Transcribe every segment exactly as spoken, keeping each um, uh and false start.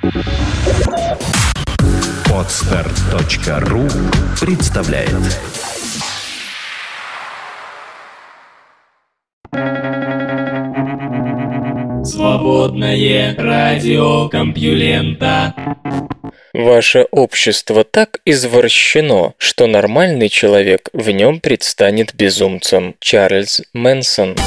Подстарт точка ру представляет. Свободное радио Компьюлента. Ваше общество так извращено, что нормальный человек в нем предстанет безумцем. Чарльз Мэнсон.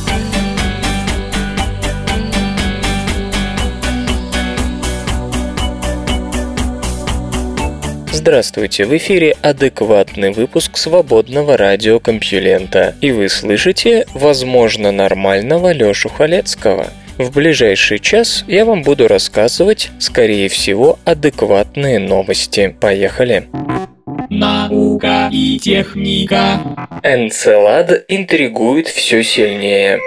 Здравствуйте, в эфире адекватный выпуск свободного радио Компьюлента, и вы слышите, возможно, нормального Лёшу Халецкого. В ближайший час я вам буду рассказывать, скорее всего, адекватные новости. Поехали! Наука и техника. Энцелад интригует все сильнее.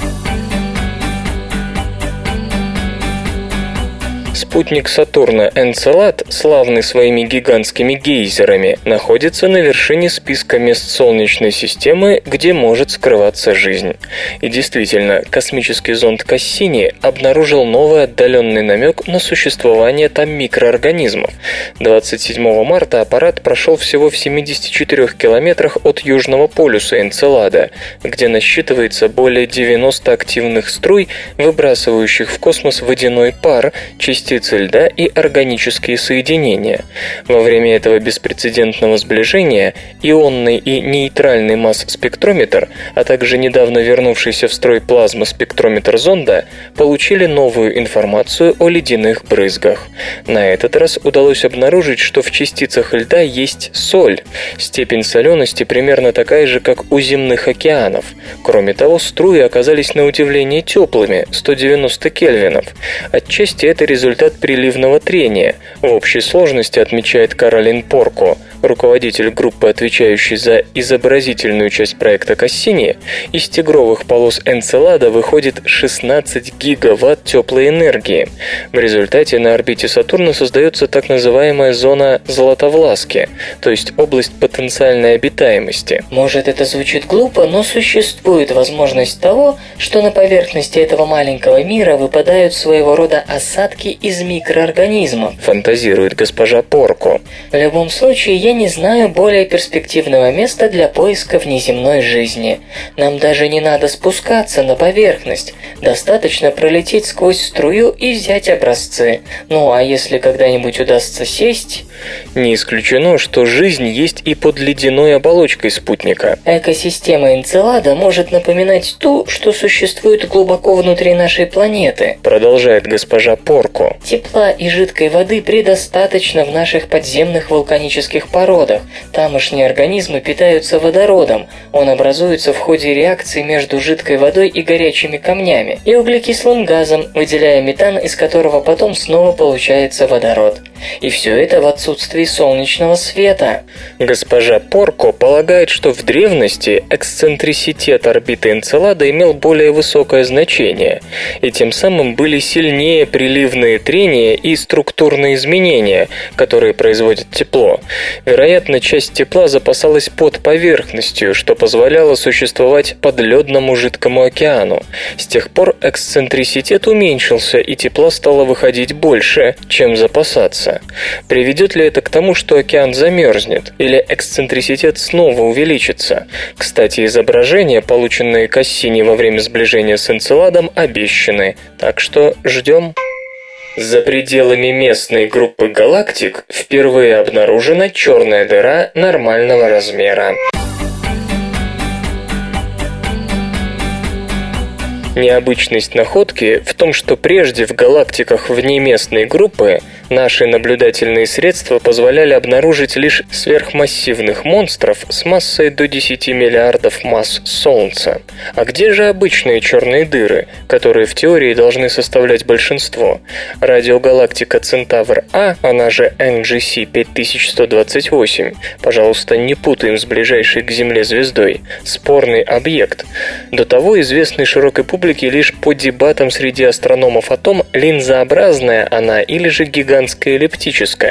Спутник Сатурна Энцелад, славный своими гигантскими гейзерами, находится на вершине списка мест Солнечной системы, где может скрываться жизнь. И действительно, космический зонд Кассини обнаружил новый отдаленный намек на существование там микроорганизмов. двадцать седьмого марта аппарат прошел всего в семидесяти четырёх километрах от южного полюса Энцелада, где насчитывается более девяноста активных струй, выбрасывающих в космос водяной пар, частицы льда и органические соединения. Во время этого беспрецедентного сближения ионный и нейтральный масс-спектрометр, а также недавно вернувшийся в строй плазмоспектрометр зонда получили новую информацию о ледяных брызгах. На этот раз удалось обнаружить, что в частицах льда есть соль. Степень солености примерно такая же, как у земных океанов. Кроме того, струи оказались на удивление теплыми – сто девяносто кельвинов. Отчасти это результат приливного трения. В общей сложности, отмечает Каролин Порко, руководитель группы, отвечающей за изобразительную часть проекта Кассини, из тигровых полос Энцелада выходит шестнадцать гигаватт теплой энергии. В результате на орбите Сатурна создается так называемая зона Златовласки, то есть область потенциальной обитаемости. Может, это звучит глупо, но существует возможность того, что на поверхности этого маленького мира выпадают своего рода осадки из микроорганизмов, фантазирует госпожа Порко. В любом случае, я не знаю более перспективного места для поиска внеземной жизни. Нам даже не надо спускаться на поверхность. Достаточно пролететь сквозь струю и взять образцы. Ну а если когда-нибудь удастся сесть... Не исключено, что жизнь есть и под ледяной оболочкой спутника. Экосистема Энцелада может напоминать ту, что существует глубоко внутри нашей планеты, продолжает госпожа Порко. Тепла и жидкой воды предостаточно в наших подземных вулканических породах. Тамошние организмы питаются водородом. Он образуется в ходе реакции между жидкой водой и горячими камнями и углекислым газом, выделяя метан, из которого потом снова получается водород. И все это в отсутствии солнечного света. Госпожа Порко полагает, что в древности эксцентриситет орбиты Энцелада имел более высокое значение, и тем самым были сильнее приливные трения и структурные изменения, которые производят тепло. Вероятно, часть тепла запасалась под поверхностью, что позволяло существовать подледному жидкому океану. С тех пор эксцентриситет уменьшился, и тепла стало выходить больше, чем запасаться. Приведет ли это к тому, что океан замерзнет, или эксцентриситет снова увеличится? Кстати, изображения, полученные Кассини во время сближения с Энцеладом, обещаны, так что ждем. За пределами местной группы галактик впервые обнаружена черная дыра нормального размера. Необычность находки в том, что прежде в галактиках внеместной группы наши наблюдательные средства позволяли обнаружить лишь сверхмассивных монстров с массой до десяти миллиардов масс Солнца. А где же обычные черные дыры, которые в теории должны составлять большинство? Радиогалактика Центавр А, она же эн джи си пять тысяч сто двадцать восемь, пожалуйста, не путаем с ближайшей к Земле звездой, спорный объект. До того известный широкой публике лишь по дебатам среди астрономов о том, линзообразная она или же гигантская эллиптическая.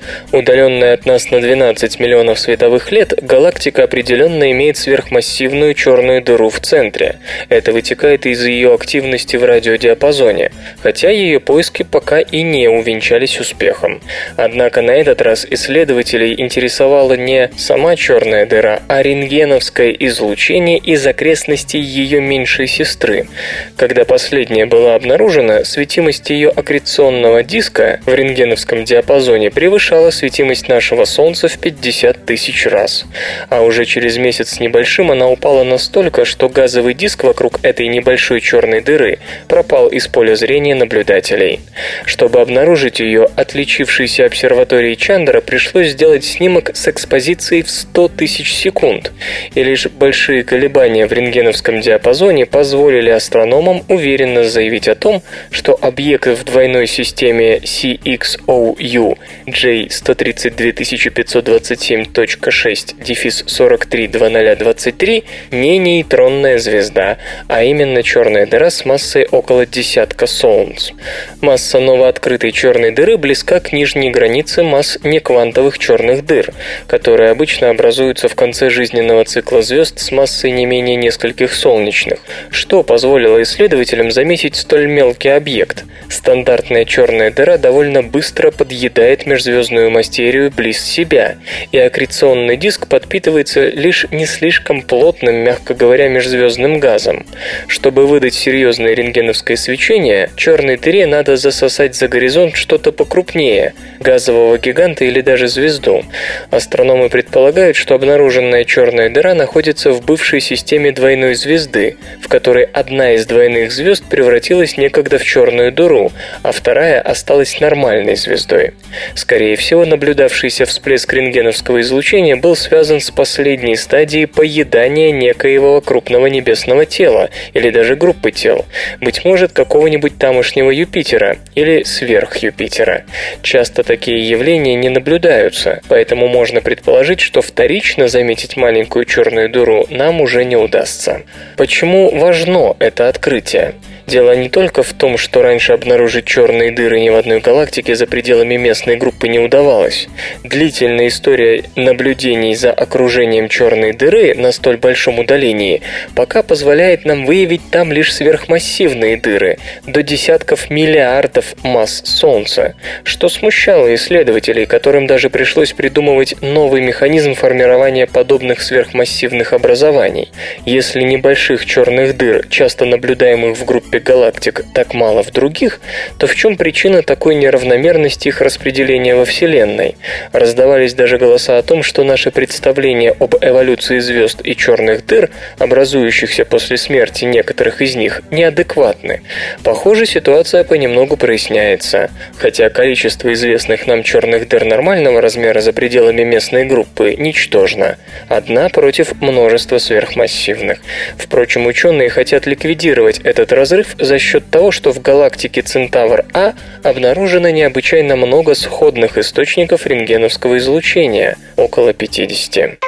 Удаленная от нас на двенадцать миллионов световых лет, галактика определенно имеет сверхмассивную черную дыру в центре. Это вытекает из ее активности в радиодиапазоне, хотя ее поиски пока и не увенчались успехом. Однако на этот раз исследователей интересовала не сама черная дыра, а рентгеновское излучение из окрестностей ее меньшей сестры. Когда последняя была обнаружена, светимость ее аккреционного диска в рентгеновском диапазоне превышала светимость нашего Солнца в пятьдесят тысяч раз. А уже через месяц с небольшим она упала настолько, что газовый диск вокруг этой небольшой черной дыры пропал из поля зрения наблюдателей. Чтобы обнаружить ее, отличившейся обсерватории Чандра пришлось сделать снимок с экспозицией в сто тысяч секунд, и лишь большие колебания в рентгеновском диапазоне позволили астрономам уверенно заявить о том, что объект в двойной системе си икс о ю джей сто тридцать два пятьсот двадцать семь точка шесть сорок три двадцать ноль двадцать три не нейтронная звезда, а именно черная дыра с массой около десятка Солнц. Масса новооткрытой черной дыры близка к нижней границе масс неквантовых черных дыр, которые обычно образуются в конце жизненного цикла звезд с массой не менее нескольких солнечных, что позволило исследователям заметить столь мелкий объект. Стандартная черная дыра довольно быстро подъедает межзвездную материю близ себя, и аккреционный диск подпитывается лишь не слишком плотным, мягко говоря, межзвездным газом. Чтобы выдать серьезное рентгеновское свечение, черной дыре надо засосать за горизонт что-то покрупнее – газового гиганта или даже звезду. Астрономы предполагают, что обнаруженная черная дыра находится в бывшей системе двойной звезды, в которой одна из двойных звезд превратилась некогда в черную дыру, а вторая осталась нормальной звездой. Скорее всего, наблюдавшийся всплеск рентгеновского излучения был связан с последней стадией поедания некоего крупного небесного тела или даже группы тел, быть может, какого-нибудь тамошнего Юпитера или сверх-Юпитера. Часто такие явления не наблюдаются, поэтому можно предположить, что вторично заметить маленькую черную дыру нам уже не удастся. Почему важно это открытие? Дело не только в том, что раньше обнаружить черные дыры ни в одной галактике за пределами местной группы не удавалось. Длительная история наблюдений за окружением черной дыры на столь большом удалении пока позволяет нам выявить там лишь сверхмассивные дыры, до десятков миллиардов масс Солнца, что смущало исследователей, которым даже пришлось придумывать новый механизм формирования подобных сверхмассивных образований. Если небольших черных дыр, часто наблюдаемых в группе галактик, так мало в других, то в чем причина такой неравномерности их распределения во Вселенной? Раздавались даже голоса о том, что наши представления об эволюции звезд и черных дыр, образующихся после смерти некоторых из них, неадекватны. Похоже, ситуация понемногу проясняется. Хотя количество известных нам черных дыр нормального размера за пределами местной группы ничтожно. Одна против множества сверхмассивных. Впрочем, ученые хотят ликвидировать этот разрыв за счет того, что в галактике Центавр-А обнаружено необычайно много сходных источников рентгеновского излучения, около пятидесяти.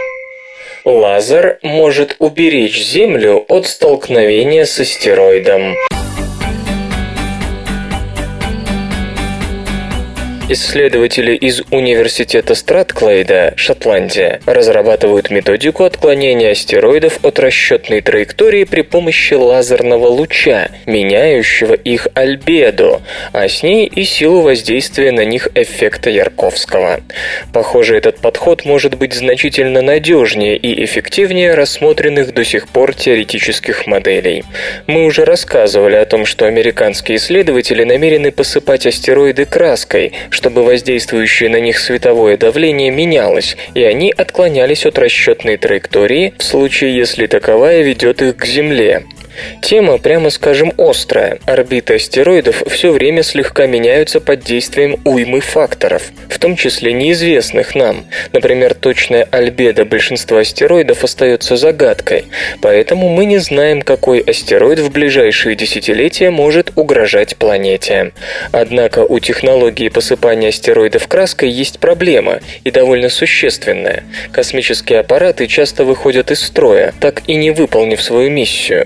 Лазер может уберечь Землю от столкновения с астероидом. Исследователи из Университета Стратклейда, Шотландия, разрабатывают методику отклонения астероидов от расчетной траектории при помощи лазерного луча, меняющего их альбедо, а с ней и силу воздействия на них эффекта Ярковского. Похоже, этот подход может быть значительно надежнее и эффективнее рассмотренных до сих пор теоретических моделей. Мы уже рассказывали о том, что американские исследователи намерены посыпать астероиды краской, чтобы воздействующее на них световое давление менялось, и они отклонялись от расчетной траектории в случае, если таковая ведет их к Земле. Тема, прямо скажем, острая. Орбиты астероидов все время слегка меняются под действием уймы факторов, в том числе неизвестных нам. Например, точная альбедо большинства астероидов остается загадкой, поэтому мы не знаем, какой астероид в ближайшие десятилетия может угрожать планете. Однако у технологии посыпания астероидов краской есть проблема, и довольно существенная. Космические аппараты часто выходят из строя, так и не выполнив свою миссию,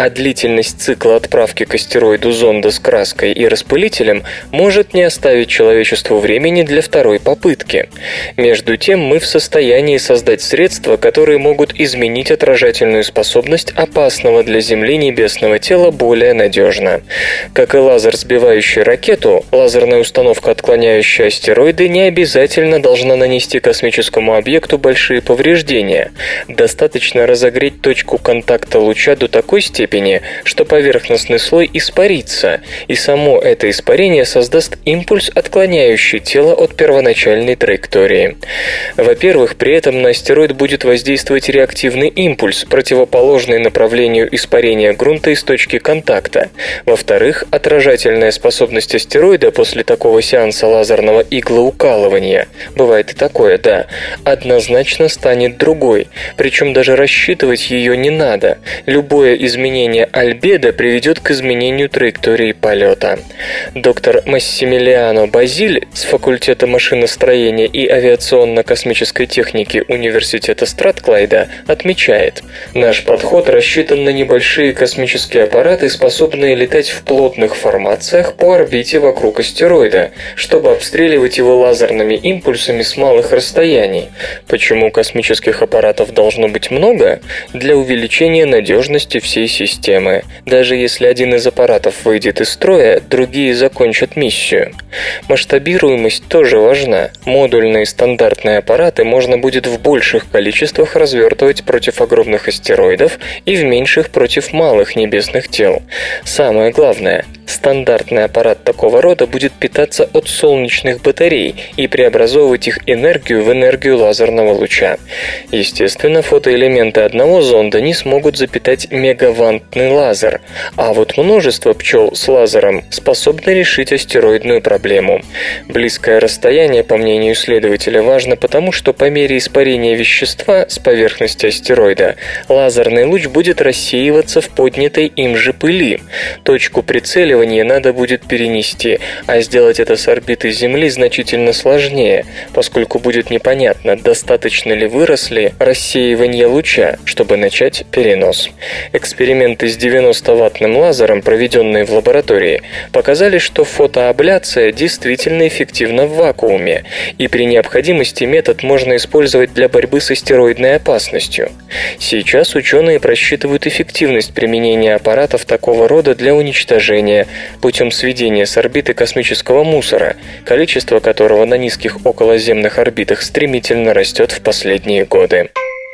а длительность цикла отправки к астероиду зонда с краской и распылителем может не оставить человечеству времени для второй попытки. Между тем, мы в состоянии создать средства, которые могут изменить отражательную способность опасного для Земли небесного тела более надежно. Как и лазер, сбивающий ракету, лазерная установка, отклоняющая астероиды, не обязательно должна нанести космическому объекту большие повреждения. Достаточно разогреть точку контакта луча до такой степени, что поверхностный слой испарится, и само это испарение создаст импульс, отклоняющий тело от первоначальной траектории. Во-первых, при этом на астероид будет воздействовать реактивный импульс, противоположный направлению испарения грунта из точки контакта. Во-вторых, отражательная способность астероида после такого сеанса лазерного иглоукалывания, бывает и такое, да, однозначно станет другой, причем даже рассчитывать ее не надо. Любое изменение альбедо приведет к изменению траектории полета. Доктор Массимилиано Базиль с факультета машиностроения и авиационно-космической техники Университета Стратклайда отмечает: наш подход рассчитан на небольшие космические аппараты, способные летать в плотных формациях по орбите вокруг астероида, чтобы обстреливать его лазерными импульсами с малых расстояний. Почему космических аппаратов должно быть много? Для увеличения надежности всей системы. Даже если один из аппаратов выйдет из строя, другие закончат миссию. Масштабируемость тоже важна. Модульные стандартные аппараты можно будет в больших количествах развертывать против огромных астероидов и в меньших против малых небесных тел. Самое главное, стандартный аппарат такого рода будет питаться от солнечных батарей и преобразовывать их энергию в энергию лазерного луча. Естественно, фотоэлементы одного зонда не смогут запитать мегаваттный лазер, а вот множество пчел с лазером способны решить астероидную проблему. Близкое расстояние, по мнению исследователя, важно потому, что по мере испарения вещества с поверхности астероида лазерный луч будет рассеиваться в поднятой им же пыли. Точку прицеливания надо будет перенести, а сделать это с орбиты Земли значительно сложнее, поскольку будет непонятно, достаточно ли выросли рассеивание луча, чтобы начать перенос. Эксперименты с девяностоваттным лазером, проведенные в лаборатории, показали, что фотоабляция действительно эффективна в вакууме, и при необходимости метод можно использовать для борьбы с астероидной опасностью. Сейчас ученые просчитывают эффективность применения аппаратов такого рода для уничтожения путем сведения с орбиты космического мусора, количество которого на низких околоземных орбитах стремительно растет в последние годы.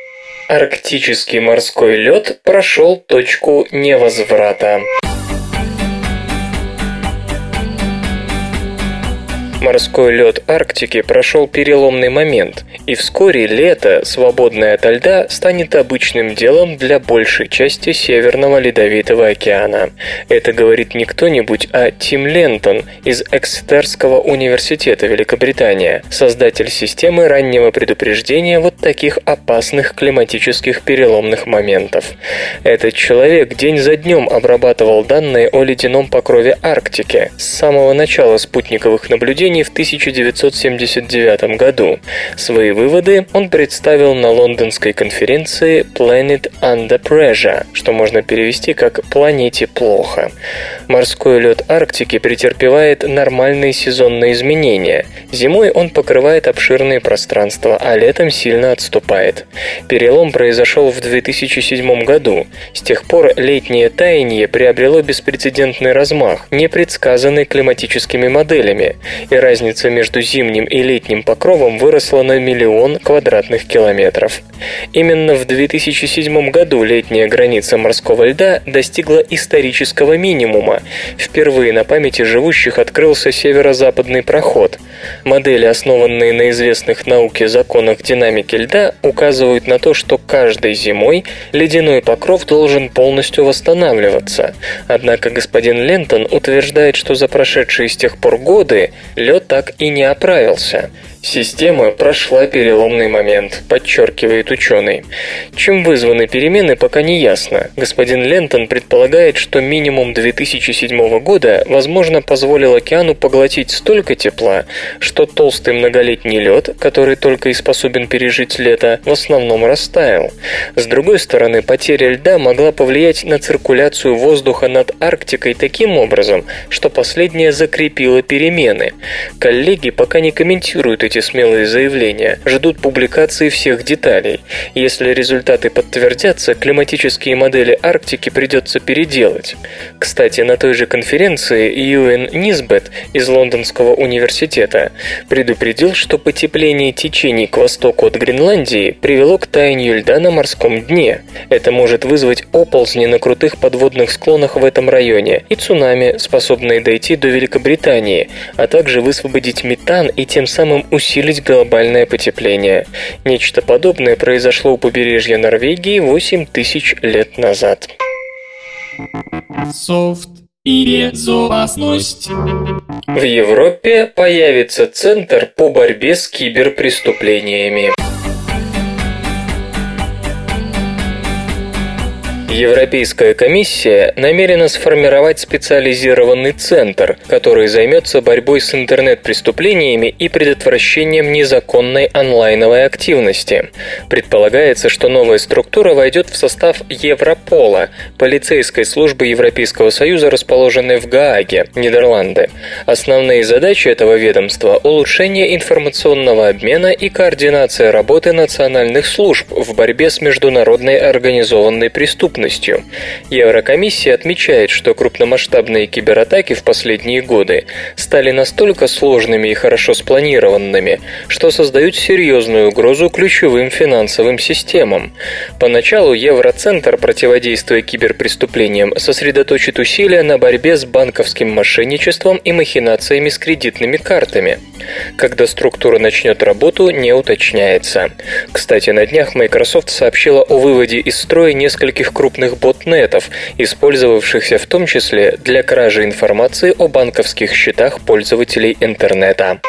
Арктический морской лед прошел точку невозврата. Морской лед Арктики прошел переломный момент, и вскоре лето, свободное ото льда, станет обычным делом для большей части Северного Ледовитого океана. Это говорит не кто-нибудь, а Тим Лентон из Эксетерского университета, Великобритания, создатель системы раннего предупреждения вот таких опасных климатических переломных моментов. Этот человек день за днем обрабатывал данные о ледяном покрове Арктики с самого начала спутниковых наблюдений в тысяча девятьсот семьдесят девятом году. Свои выводы он представил на лондонской конференции Planet Under Pressure, что можно перевести как «планете плохо». Морской лед Арктики претерпевает нормальные сезонные изменения. Зимой он покрывает обширные пространства, а летом сильно отступает. Перелом произошел в две тысячи седьмом году. С тех пор летнее таяние приобрело беспрецедентный размах, не предсказанный климатическими моделями, и разница между зимним и летним покровом выросла на миллион квадратных километров. Именно в две тысячи седьмом году летняя граница морского льда достигла исторического минимума. Впервые на памяти живущих открылся северо-западный проход. Модели, основанные на известных науке законах динамики льда, указывают на то, что каждой зимой ледяной покров должен полностью восстанавливаться. Однако господин Лентон утверждает, что за прошедшие с тех пор годы лед так и не оправился. Система прошла переломный момент, подчеркивает ученый. Чем вызваны перемены, пока не ясно. Господин Лентон предполагает, что минимум две тысячи седьмого года, возможно, позволил океану поглотить столько тепла, что толстый многолетний лед, который только и способен пережить лето, в основном растаял. С другой стороны, потеря льда могла повлиять на циркуляцию воздуха над Арктикой таким образом, что последняя закрепила перемены. Коллеги пока не комментируют эти смелые заявления, ждут публикации всех деталей. Если результаты подтвердятся, климатические модели Арктики придется переделать. Кстати, на той же конференции Юэн Нисбет из Лондонского университета предупредил, что потепление течений к востоку от Гренландии привело к таянию льда на морском дне. Это может вызвать оползни на крутых подводных склонах в этом районе и цунами, способные дойти до Великобритании, а также высвободить метан и тем самым усилить глобальное потепление. Нечто подобное произошло у побережья Норвегии восемь тысяч лет назад. Софт и безопасность. В Европе появится центр по борьбе с киберпреступлениями. Европейская комиссия намерена сформировать специализированный центр, который займется борьбой с интернет-преступлениями и предотвращением незаконной онлайновой активности. Предполагается, что новая структура войдет в состав Европола, полицейской службы Европейского Союза, расположенной в Гааге, Нидерланды. Основные задачи этого ведомства – улучшение информационного обмена и координация работы национальных служб в борьбе с международной организованной преступностью. Еврокомиссия отмечает, что крупномасштабные кибератаки в последние годы стали настолько сложными и хорошо спланированными, что создают серьезную угрозу ключевым финансовым системам. Поначалу Евроцентр, противодействуя киберпреступлениям, сосредоточит усилия на борьбе с банковским мошенничеством и махинациями с кредитными картами. Когда структура начнет работу, не уточняется. Кстати, на днях Microsoft сообщила о выводе из строя нескольких крупных ботнетов, использовавшихся в том числе для кражи информации о банковских счетах пользователей интернета.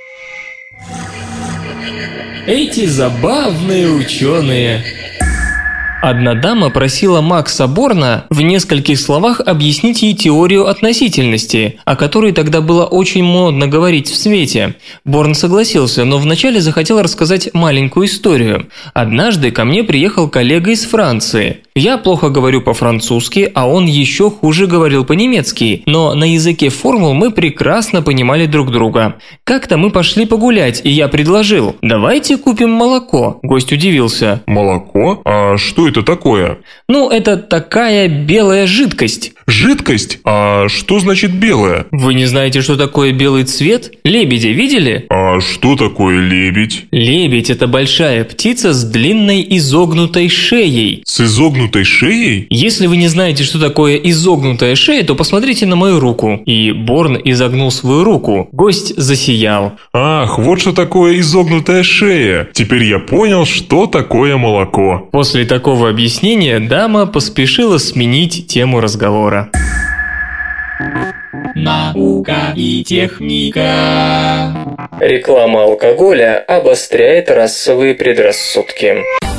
Эти забавные ученые. Одна дама просила Макса Борна в нескольких словах объяснить ей теорию относительности, о которой тогда было очень модно говорить в свете. Борн согласился, но вначале захотел рассказать маленькую историю. Однажды ко мне приехал коллега из Франции. Я плохо говорю по-французски, а он еще хуже говорил по-немецки, но на языке формул мы прекрасно понимали друг друга. Как-то мы пошли погулять, и я предложил: «Давайте купим молоко». Гость удивился. Молоко? А что это такое? Ну, это такая белая жидкость. Жидкость? А что значит белая? Вы не знаете, что такое белый цвет? Лебедя видели? А что такое лебедь? Лебедь – это большая птица с длинной изогнутой шеей. С изогнутой шеей? Если вы не знаете, что такое изогнутая шея, то посмотрите на мою руку. И Борн изогнул свою руку. Гость засиял. Ах, вот что такое изогнутая шея. Теперь я понял, что такое молоко. После такого объяснения дама поспешила сменить тему разговора. Наука и техника. Реклама алкоголя обостряет расовые предрассудки.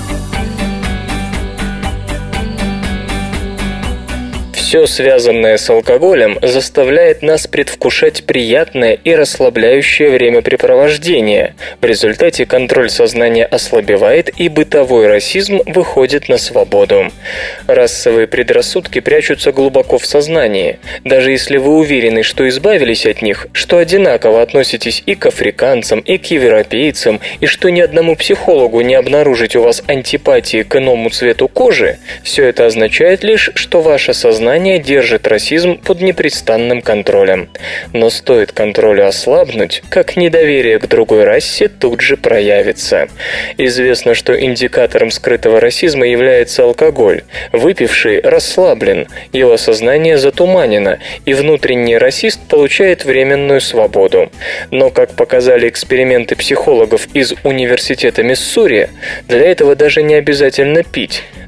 Все, связанное с алкоголем, заставляет нас предвкушать приятное и расслабляющее времяпрепровождение. В результате контроль сознания ослабевает, и бытовой расизм выходит на свободу. Расовые предрассудки прячутся глубоко в сознании. Даже если вы уверены, что избавились от них, что одинаково относитесь и к африканцам, и к европейцам, и что ни одному психологу не обнаружить у вас антипатии к иному цвету кожи, все это означает лишь, что ваше сознание держит расизм под непрестанным контролем. Но стоит контролю ослабнуть, как недоверие к другой расе тут же проявится. Известно, что индикатором скрытого расизма является алкоголь. Выпивший расслаблен, его сознание затуманено, и внутренний расист получает временную свободу. Но, как показали эксперименты психологов из Университета Миссури, для этого даже не обязательно пить.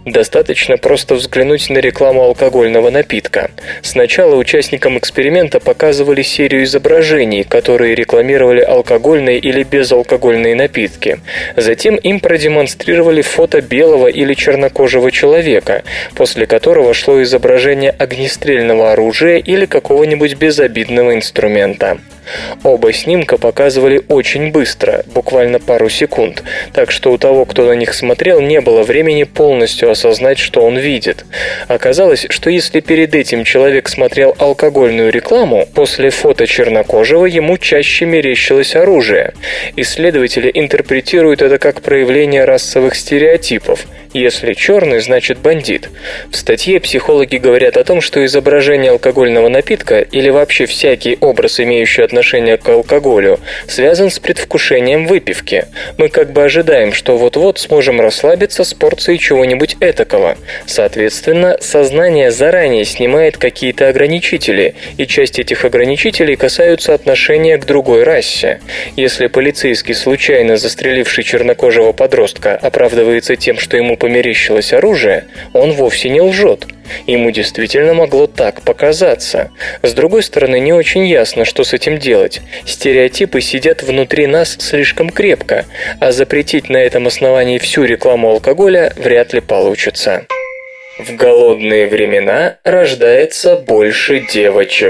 Достаточно просто взглянуть на рекламу алкогольного напитка. Сначала участникам эксперимента показывали серию изображений, которые рекламировали алкогольные или безалкогольные напитки. Затем им продемонстрировали фото белого или чернокожего человека, после которого шло изображение огнестрельного оружия или какого-нибудь безобидного инструмента. Оба снимка показывали очень быстро, буквально пару секунд, так что у того, кто на них смотрел, не было времени полностью осознать, что он видит. Оказалось, что если перед этим человек смотрел алкогольную рекламу, после фото чернокожего ему чаще мерещилось оружие. Исследователи интерпретируют это как проявление расовых стереотипов. Если черный, значит бандит. В статье психологи говорят о том, что изображение алкогольного напитка или вообще всякий образ, имеющий отношение к алкоголю, связан с предвкушением выпивки. Мы как бы ожидаем, что вот-вот сможем расслабиться с порцией чего-нибудь этакого. Соответственно, сознание заранее снимает какие-то ограничители, и часть этих ограничителей касаются отношения к другой расе. Если полицейский, случайно застреливший чернокожего подростка, оправдывается тем, что ему померещилось оружие, он вовсе не лжет. Ему действительно могло так показаться. С другой стороны, не очень ясно, что с этим делать. Стереотипы сидят внутри нас слишком крепко, а запретить на этом основании всю рекламу алкоголя вряд ли получится. В голодные времена рождается больше девочек.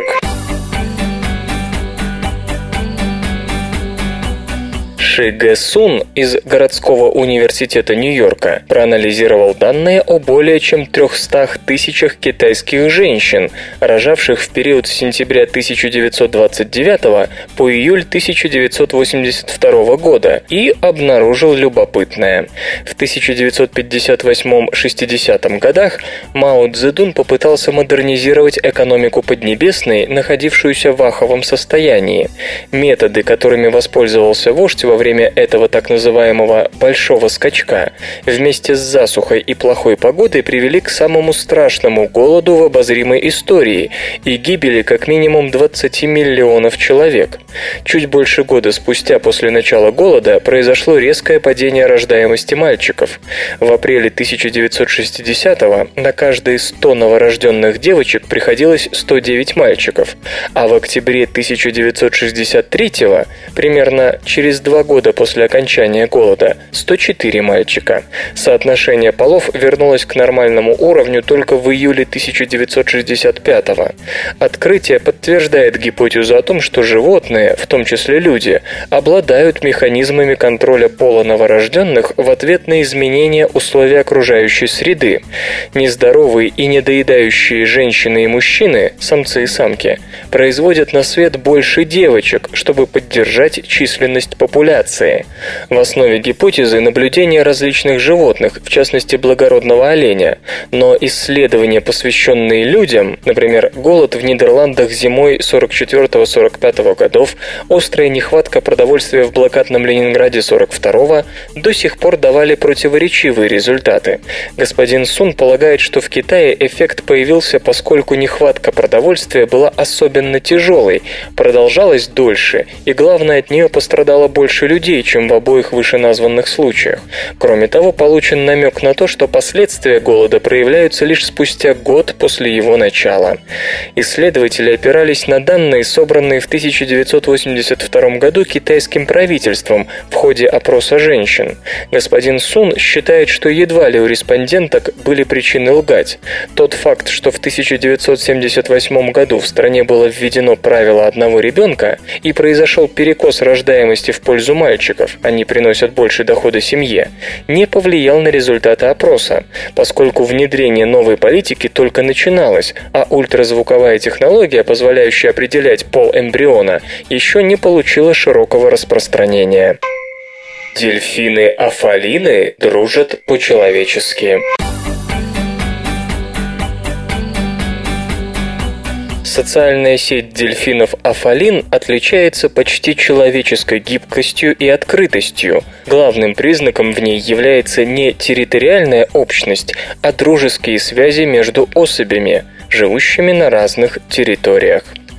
Ши Гэ Сун из городского университета Нью-Йорка проанализировал данные о более чем трехстах тысячах китайских женщин, рожавших в период с сентября тысяча девятьсот двадцать девятого по июль тысяча девятьсот восемьдесят второго года и обнаружил любопытное. В тысяча девятьсот пятьдесят восьмом — шестидесятом годах Мао Цзэдун попытался модернизировать экономику Поднебесной, находившуюся в аховом состоянии. Методы, которыми воспользовался вождь во время время этого так называемого «большого скачка», вместе с засухой и плохой погодой привели к самому страшному голоду в обозримой истории и гибели как минимум двадцати миллионов человек. Чуть больше года спустя после начала голода произошло резкое падение рождаемости мальчиков. В апреле тысяча девятьсот шестидесятого на каждые сто новорожденных девочек приходилось сто девять мальчиков, а в октябре тысяча девятьсот шестьдесят третьего, примерно через два года после окончания голода, сто четыре мальчика. Соотношение полов вернулось к нормальному уровню только в июле тысяча девятьсот шестьдесят пятого. Открытие подтверждает гипотезу о том, что животные, в том числе люди, обладают механизмами контроля пола новорожденных в ответ на изменения условий окружающей среды. Нездоровые и недоедающие женщины и мужчины, самцы и самки, производят на свет больше девочек, чтобы поддержать численность популяции. В основе гипотезы наблюдения различных животных, в частности благородного оленя, но исследования, посвященные людям, например, голод в Нидерландах зимой сорок четвёртого — сорок пятого годов, острая нехватка продовольствия в блокадном Ленинграде сорок второго, до сих пор давали противоречивые результаты. Господин Сун полагает, что в Китае эффект появился, поскольку нехватка продовольствия была особенно тяжелой, продолжалась дольше, и главное, от нее пострадало больше людей, чем в обоих вышеназванных случаях. Кроме того, получен намек на то, что последствия голода проявляются лишь спустя год после его начала. Исследователи опирались на данные, собранные в тысяча девятьсот восемьдесят втором году китайским правительством в ходе опроса женщин. Господин Сун считает, что едва ли у респонденток были причины лгать. Тот факт, что в тысяча девятьсот семьдесят восьмом году в стране было введено правило одного ребенка и произошел перекос рождаемости в пользу мальчиков, они приносят больше дохода семье, не повлиял на результаты опроса, поскольку внедрение новой политики только начиналось, а ультразвуковая технология, позволяющая определять пол эмбриона, еще не получила широкого распространения. Дельфины-афалины дружат по-человечески. Социальная сеть дельфинов афалин отличается почти человеческой гибкостью и открытостью. Главным признаком в ней является не территориальная общность, а дружеские связи между особями, живущими на разных территориях.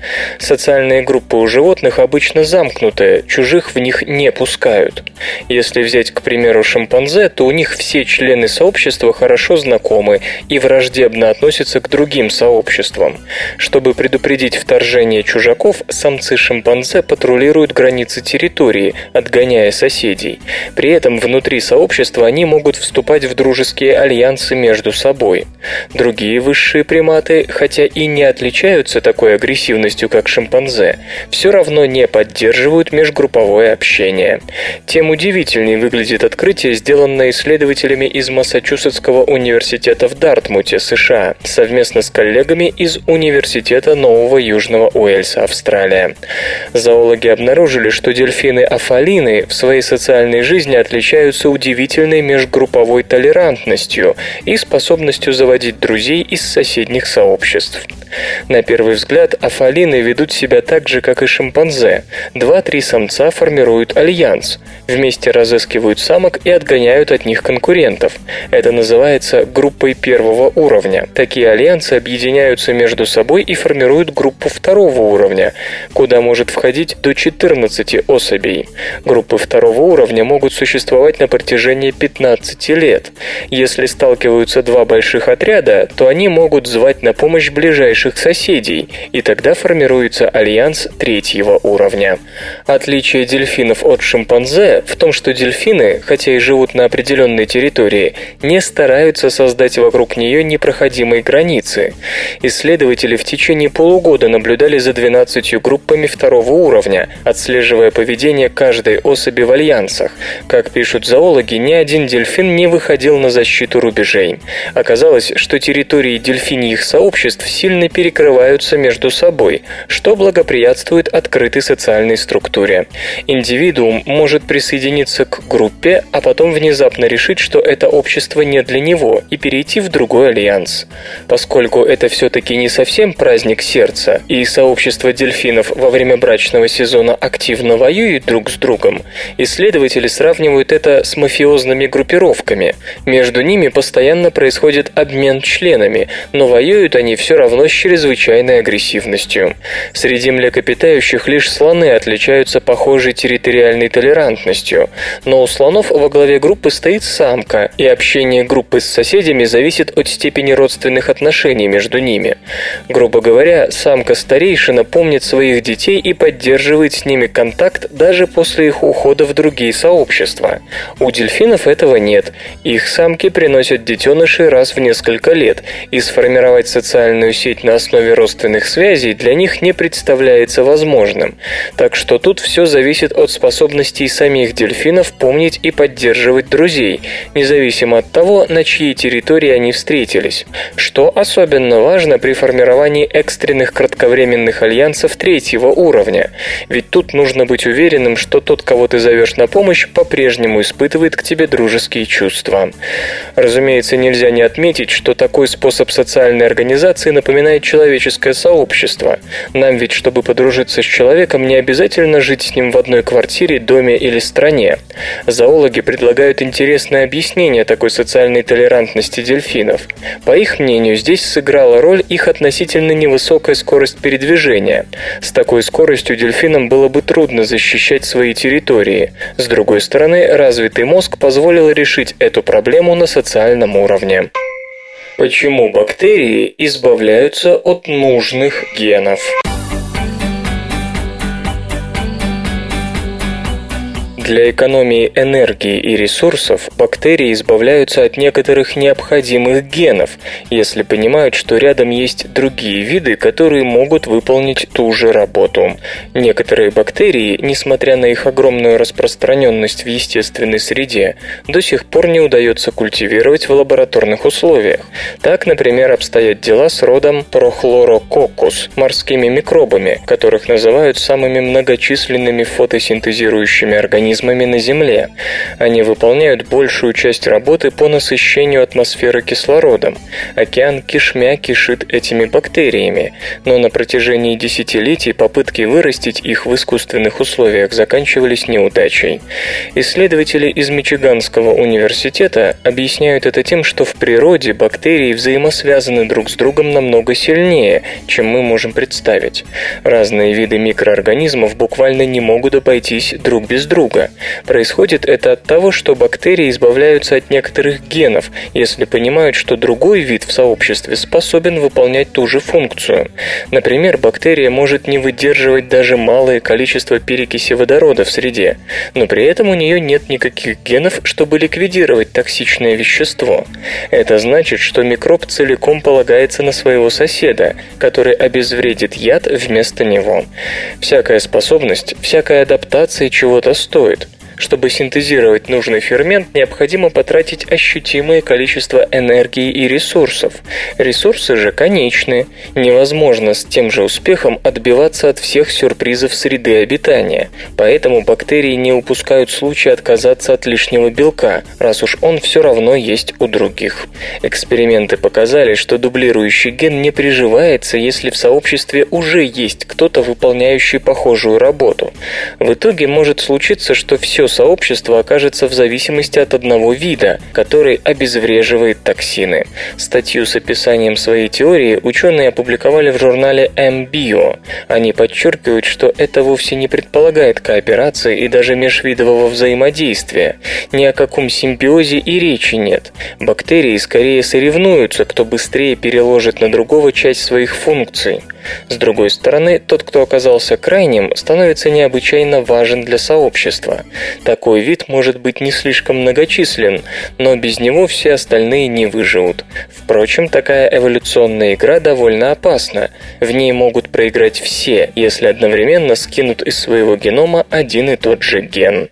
Социальные группы у животных обычно замкнутые, чужих в них не пускают. Если взять, к примеру, шимпанзе, то у них все члены сообщества хорошо знакомы и враждебно относятся к другим сообществам. Чтобы предупредить вторжение чужаков, самцы шимпанзе патрулируют границы территории, отгоняя соседей. При этом внутри сообщества они могут вступать в дружеские альянсы между собой. Другие высшие приматы, хотя и не отличаются такой агрессивностью, как шимпанзе, все равно не поддерживают межгрупповое общение. Тем удивительнее выглядит открытие, сделанное исследователями из Массачусетского университета в Дартмуте, США, совместно с коллегами из Университета Нового Южного Уэльса, Австралия. Зоологи обнаружили, что дельфины-афалины в своей социальной жизни отличаются удивительной межгрупповой толерантностью и способностью заводить друзей из соседних сообществ. На первый взгляд, афалины ведут себя так же, как и шимпанзе. Два-три самца формируют альянс, вместе разыскивают самок и отгоняют от них конкурентов. Это называется группой первого уровня. Такие альянсы объединяются между собой и формируют группу второго уровня, куда может входить до четырнадцати особей. Группы второго уровня могут существовать на протяжении пятнадцати лет. Если сталкиваются два больших отряда, то они могут звать на помощь ближайших соседей, и тогда формируется альянс третьего уровня. Отличие дельфинов от шимпанзе в том, что дельфины, хотя и живут на определенной территории, не стараются создать вокруг нее непроходимой границы. Исследователи в течение полугода наблюдали за двенадцатью группами второго уровня, отслеживая поведение каждой особи в альянсах. Как пишут зоологи, ни один дельфин не выходил на защиту рубежей. Оказалось, что территории дельфиньих сообществ сильно перекрываются между собой, что благоприятствует открытой социальной структуре. Индивидуум может присоединиться к группе, а потом внезапно решить, что это общество не для него, и перейти в другой альянс. Поскольку это все-таки не совсем праздник сердца, и сообщество дельфинов во время брачного сезона активно воюют друг с другом, исследователи сравнивают это с мафиозными группировками. Между ними постоянно происходит обмен членами, но воюют они все равно с чрезвычайной агрессивностью. Среди млекопитающих лишь слоны отличаются похожей территориальной толерантностью, но у слонов во главе группы стоит самка, и общение группы с соседями зависит от степени родственных отношений между ними. Грубо говоря, самка-старейшина помнит своих детей и поддерживает с ними контакт даже после их ухода в другие сообщества. У дельфинов этого нет. Их самки приносят детенышей раз в несколько лет, и сформировать социальную сеть на основе родственных связей для них не представляется возможным. Так что тут все зависит от способностей самих дельфинов помнить и поддерживать друзей, независимо от того, на чьей территории они встретились. Что особенно важно при формировании экстренных кратковременных альянсов третьего уровня. Ведь тут нужно быть уверенным, что тот, кого ты зовешь на помощь, по-прежнему испытывает к тебе дружеские чувства. Разумеется, нельзя не отметить, что такой способ социальной организации напоминает человеческое сообщество. Нам ведь, чтобы подружиться с человеком, не обязательно жить с ним в одной квартире, доме или стране. Зоологи предлагают интересное объяснение такой социальной толерантности дельфинов. По их мнению, здесь сыграла роль их относительно невысокая скорость передвижения. С такой скоростью дельфинам было бы трудно защищать свои территории. С другой стороны, развитый мозг позволил решить эту проблему на социальном уровне. Почему бактерии избавляются от нужных генов? Для экономии энергии и ресурсов бактерии избавляются от некоторых необходимых генов, если понимают, что рядом есть другие виды, которые могут выполнить ту же работу. Некоторые бактерии, несмотря на их огромную распространенность в естественной среде, до сих пор не удается культивировать в лабораторных условиях. Так, например, обстоят дела с родом Prochlorococcus, морскими микробами, которых называют самыми многочисленными фотосинтезирующими организмами организмами на Земле. Они выполняют большую часть работы по насыщению атмосферы кислородом. Океан кишмя кишит этими бактериями, но на протяжении десятилетий попытки вырастить их в искусственных условиях заканчивались неудачей. Исследователи из Мичиганского университета объясняют это тем, что в природе бактерии взаимосвязаны друг с другом намного сильнее, чем мы можем представить. Разные виды микроорганизмов буквально не могут обойтись друг без друга. Происходит это от того, что бактерии избавляются от некоторых генов, если понимают, что другой вид в сообществе способен выполнять ту же функцию. Например, бактерия может не выдерживать даже малое количество перекиси водорода в среде, но при этом у нее нет никаких генов, чтобы ликвидировать токсичное вещество. Это значит, что микроб целиком полагается на своего соседа, который обезвредит яд вместо него. Всякая способность, всякая адаптация чего-то стоит. Чтобы синтезировать нужный фермент, необходимо потратить ощутимое количество энергии и ресурсов. Ресурсы же конечны. Невозможно с тем же успехом отбиваться от всех сюрпризов среды обитания. Поэтому бактерии не упускают случая отказаться от лишнего белка, раз уж он все равно есть у других. Эксперименты показали, что дублирующий ген не приживается, если в сообществе уже есть кто-то, выполняющий похожую работу. В итоге может случиться, что все сообщество окажется в зависимости от одного вида, который обезвреживает токсины. Статью с описанием своей теории ученые опубликовали в журнале эмбио. Они подчеркивают, что это вовсе не предполагает кооперации и даже межвидового взаимодействия. Ни о каком симбиозе и речи нет. Бактерии скорее соревнуются, кто быстрее переложит на другого часть своих функций. С другой стороны, тот, кто оказался крайним, становится необычайно важен для сообщества. Такой вид может быть не слишком многочислен, но без него все остальные не выживут. Впрочем, такая эволюционная игра довольно опасна. В ней могут проиграть все, если одновременно скинут из своего генома один и тот же ген.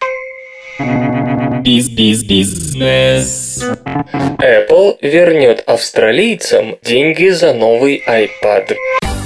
Биз-биз-бизнес. Apple вернет австралийцам деньги за новый iPad.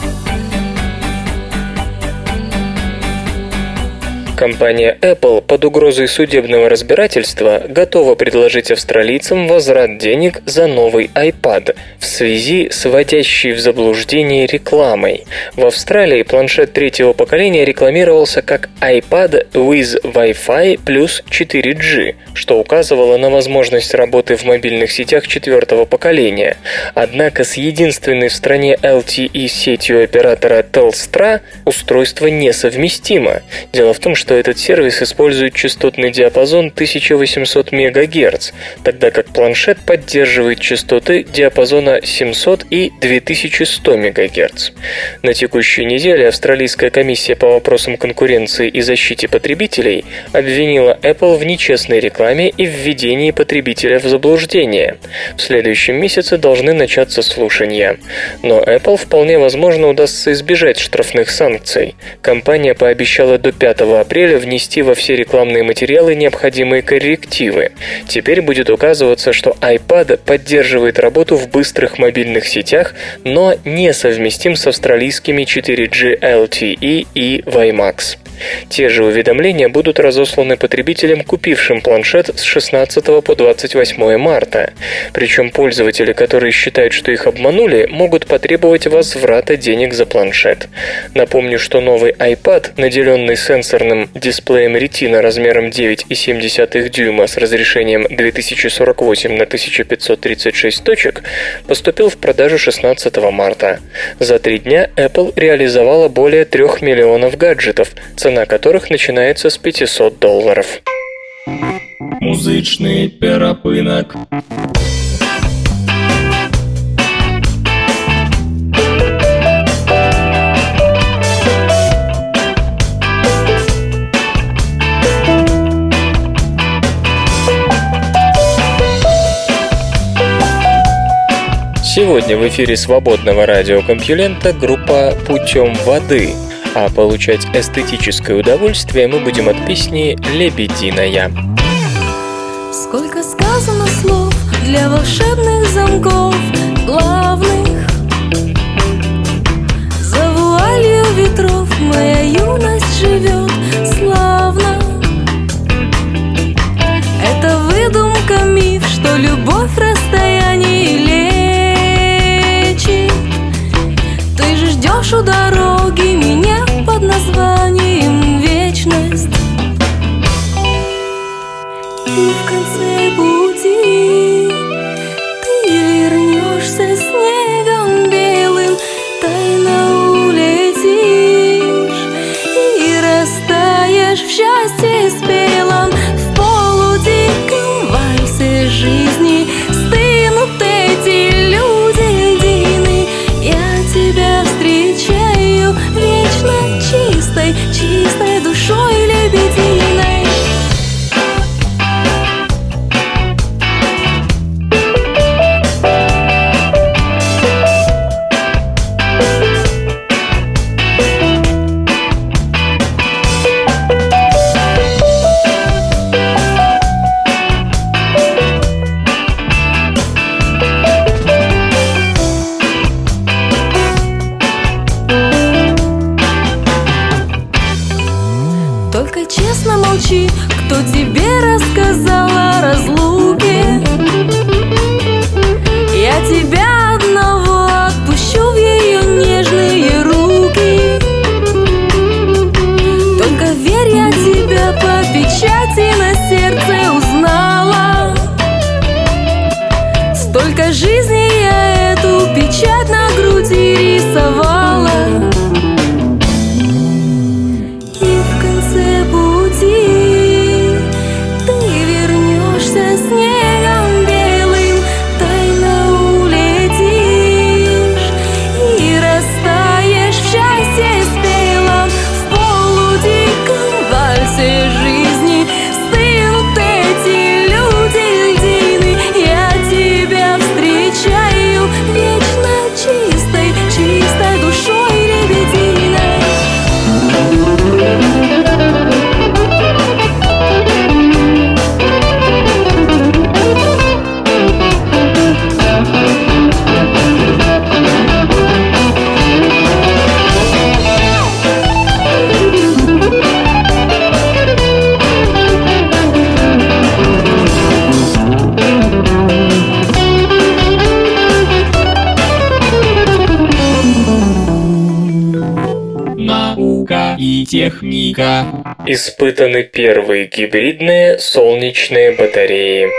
Компания Apple под угрозой судебного разбирательства готова предложить австралийцам возврат денег за новый iPad в связи с вводящей в заблуждение рекламой. В Австралии планшет третьего поколения рекламировался как iPad with Wi-Fi плюс четыре джи, что указывало на возможность работы в мобильных сетях четвертого поколения. Однако с единственной в стране эл ти и-сетью оператора Telstra устройство несовместимо. Дело в том, что этот сервис использует частотный диапазон тысяча восемьсот мегагерц, тогда как планшет поддерживает частоты диапазона семьсот и две тысячи сто мегагерц. На текущей неделе Австралийская комиссия по вопросам конкуренции и защите потребителей обвинила Apple в нечестной рекламе и введении потребителя в заблуждение. В следующем месяце должны начаться слушания. Но Apple вполне возможно удастся избежать штрафных санкций. Компания пообещала до пятого апреля внести во все рекламные материалы необходимые коррективы. Теперь будет указываться, что iPad поддерживает работу в быстрых мобильных сетях, но не совместим с австралийскими четыре джи эл ти и и WiMAX. Те же уведомления будут разосланы потребителям, купившим планшет с шестнадцатого по двадцать восьмое марта. Причем пользователи, которые считают, что их обманули, могут потребовать возврата денег за планшет. Напомню, что новый iPad, наделенный сенсорным дисплеем Retina размером девять и семь десятых дюйма с разрешением две тысячи сорок восемь на тысяча пятьсот тридцать шесть точек, поступил в продажу шестнадцатого марта. За три дня Apple реализовала более трех миллионов гаджетов, цена которых начинается с пятьсот долларов. Музычный перапынок. Сегодня в эфире свободного радиокомпьюлента группа «Путем воды», а получать эстетическое удовольствие мы будем от песни «Лебединая». Сколько сказано слов для волшебных замков главных. За вуалью ветров моя юность живет славно. любовь в расстоянии лечит. Ты же ждешь у дороги меня под названием вечность. И в конце пути ты вернешься снегом белым, тайно улетишь и растаешь в счастье спелом. В полудиком вальсе жизни стынут эти люди льдины. Я тебя встречаю вечно чистой, чистой душой лебединой. Только честно молчи, кто тебе рассказал о разлуке. Я тебя одного отпущу в ее нежные руки. Только верь, я тебя по печати на сердце узнала. Столько жизни я эту печать на груди рисовала. Снегом белым тайно улетишь и растаешь в счастье спелом. В полудиком вальсе жизни стынут эти люди льдины. Я тебя встречаю вечно чистой, чистой душой лебединой. Наука и техника. Испытаны первые гибридные солнечные батареи.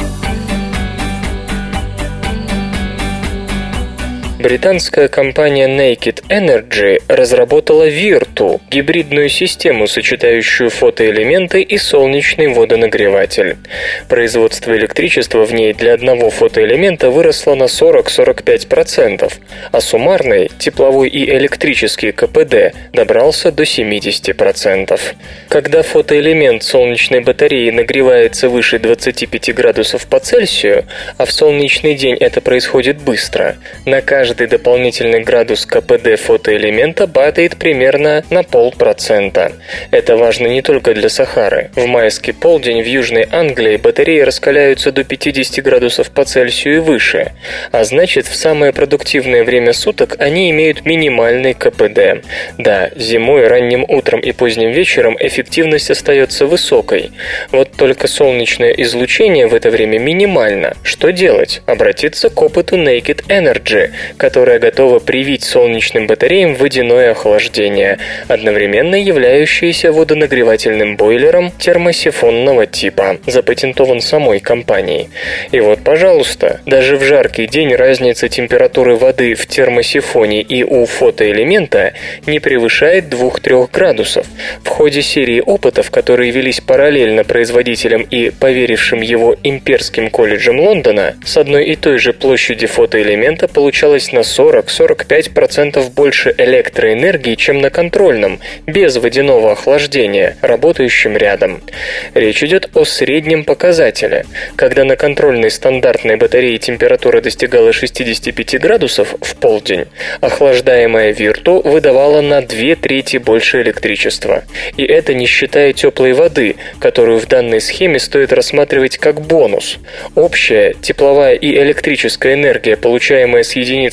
Британская компания Naked Energy разработала Virtu – гибридную систему, сочетающую фотоэлементы и солнечный водонагреватель. Производство электричества в ней для одного фотоэлемента выросло на сорок-сорок пять процентов, а суммарный тепловой и электрический КПД добрался до семьдесят процентов. Когда фотоэлемент солнечной батареи нагревается выше двадцати пяти градусов по Цельсию, а в солнечный день это происходит быстро, на каждый Каждый дополнительный градус КПД фотоэлемента падает примерно на полпроцента. Это важно не только для Сахары. В майский полдень в Южной Англии батареи раскаляются до пятидесяти градусов по Цельсию и выше, а значит, в самое продуктивное время суток они имеют минимальный КПД. Да, зимой, ранним утром и поздним вечером эффективность остается высокой. Вот только солнечное излучение в это время минимально. Что делать? Обратиться к опыту Naked Energy, которая готова привить солнечным батареям водяное охлаждение, одновременно являющееся водонагревательным бойлером термосифонного типа, запатентован самой компанией. И вот, пожалуйста, даже в жаркий день разница температуры воды в термосифоне и у фотоэлемента не превышает двух-трёх градусов. В ходе серии опытов, которые велись параллельно производителем и поверившим его Имперским колледжем Лондона, с одной и той же площади фотоэлемента получалось на сорок-сорок пять процентов больше электроэнергии, чем на контрольном, без водяного охлаждения, работающем рядом. Речь идет о среднем показателе. Когда на контрольной стандартной батарее температура достигала шестидесяти пяти градусов в полдень, охлаждаемая Virtu выдавала на две трети больше электричества. И это не считая теплой воды, которую в данной схеме стоит рассматривать как бонус. Общая тепловая и электрическая энергия, получаемая с единиц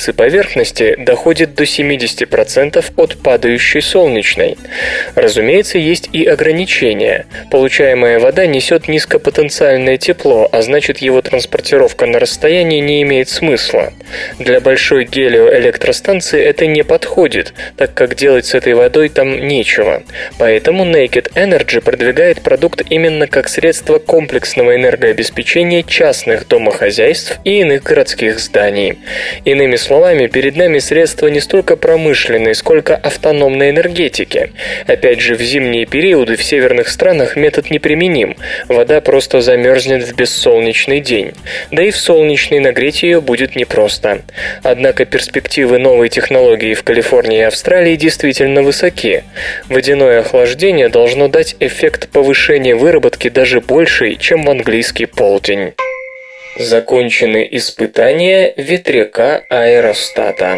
границы поверхности доходит до семьдесят процентов от падающей солнечной. Разумеется, есть и ограничения. Получаемая вода несет низкопотенциальное тепло, а значит его транспортировка на расстоянии не имеет смысла. Для большой гелиоэлектростанции это не подходит, так как делать с этой водой там нечего. Поэтому Naked Energy продвигает продукт именно как средство комплексного энергообеспечения частных домохозяйств и иных городских зданий. Иными словами, перед нами средства не столько промышленной, сколько автономной энергетики. Опять же, в зимние периоды в северных странах метод неприменим. Вода просто замерзнет в бессолнечный день. Да и в солнечный нагреть ее будет непросто. Однако перспективы новой технологии в Калифорнии и Австралии действительно высоки. Водяное охлаждение должно дать эффект повышения выработки даже больший, чем в английский полдень. Закончены испытания ветряка аэростата.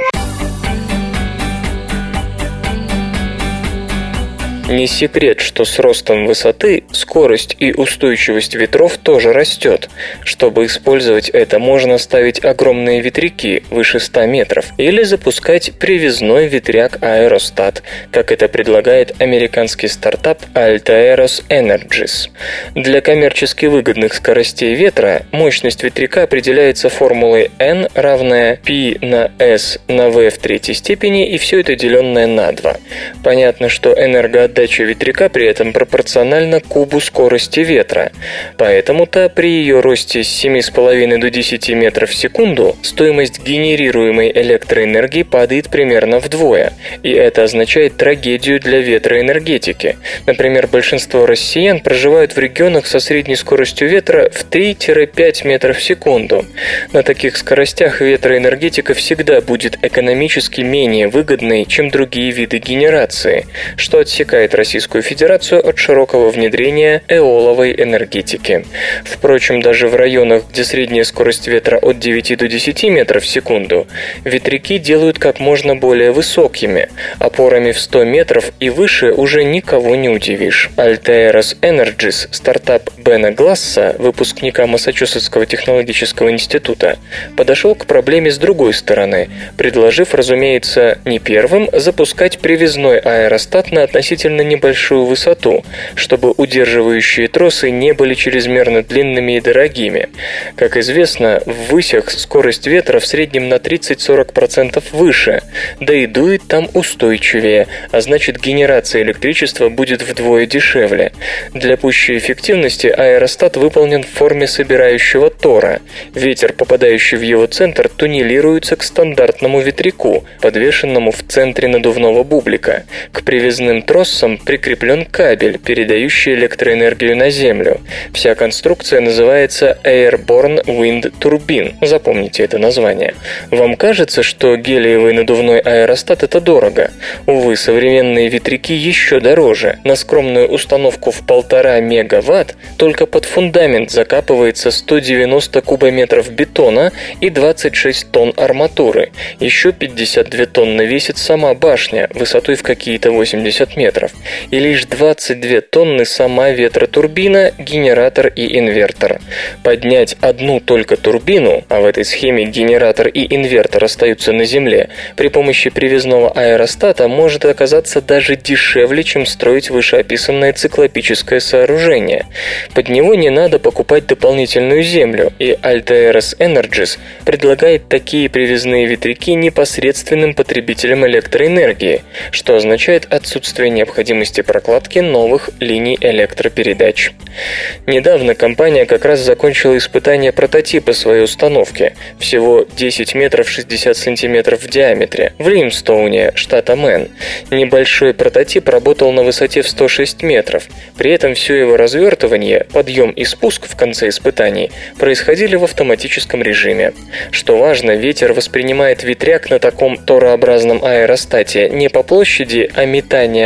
Не секрет, что с ростом высоты скорость и устойчивость ветров тоже растет. Чтобы использовать это, можно ставить огромные ветряки выше ста метров или запускать привязной ветряк аэростат, как это предлагает американский стартап Altaeros Energies. Для коммерчески выгодных скоростей ветра мощность ветряка определяется формулой N равная P на S на V в третьей степени, и все это деленное на два. Понятно, что энергоотдача Отдача ветряка при этом пропорциональна кубу скорости ветра. Поэтому-то при ее росте с семи с половиной до десяти метров в секунду стоимость генерируемой электроэнергии падает примерно вдвое. И это означает трагедию для ветроэнергетики. Например, большинство россиян проживают в регионах со средней скоростью ветра в три-пять метров в секунду. На таких скоростях ветроэнергетика всегда будет экономически менее выгодной, чем другие виды генерации, что отсекает Российскую Федерацию от широкого внедрения эоловой энергетики. Впрочем, даже в районах, где средняя скорость ветра от девяти до десяти метров в секунду, ветряки делают как можно более высокими. Опорами в сто метров и выше уже никого не удивишь. Altaeros Energies, стартап Бена Гласса, выпускника Массачусетского технологического института, подошел к проблеме с другой стороны, предложив, разумеется, не первым запускать привязной аэростат на относительно небольшую высоту, чтобы удерживающие тросы не были чрезмерно длинными и дорогими. Как известно, в высях скорость ветра в среднем на тридцать-сорок процентов выше, да и дует там устойчивее, а значит генерация электричества будет вдвое дешевле. Для пущей эффективности аэростат выполнен в форме собирающего тора. Ветер, попадающий в его центр, туннелируется к стандартному ветряку, подвешенному в центре надувного бублика. К привязным тросам прикреплен кабель, передающий электроэнергию на Землю. Вся конструкция называется Airborne Wind Turbine. Запомните это название. Вам кажется, что гелиевый надувной аэростат – это дорого? Увы, современные ветряки еще дороже. На скромную установку в полтора мегаватт только под фундамент закапывается сто девяносто кубометров бетона и двадцать шесть тонн арматуры. Еще пятьдесят две тонны весит сама башня, высотой в какие-то восемьдесят метров. И лишь двадцать две тонны сама ветротурбина, генератор и инвертор. Поднять одну только турбину, а в этой схеме генератор и инвертор остаются на Земле, при помощи привязного аэростата может оказаться даже дешевле, чем строить вышеописанное циклопическое сооружение. Под него не надо покупать дополнительную землю, и Altaeros Energies предлагает такие привязные ветряки непосредственным потребителям электроэнергии, что означает отсутствие необходимости прокладки новых линий электропередач. Недавно компания как раз закончила испытание прототипа своей установки, всего десять метров шестьдесят сантиметров в диаметре, в Лимстоуне, штата Мэн. Небольшой прототип работал на высоте в сто шесть метров, при этом все его развертывание, подъем и спуск в конце испытаний происходили в автоматическом режиме. Что важно, ветер воспринимает ветряк на таком торообразном аэростате не по площади, а метания лопастей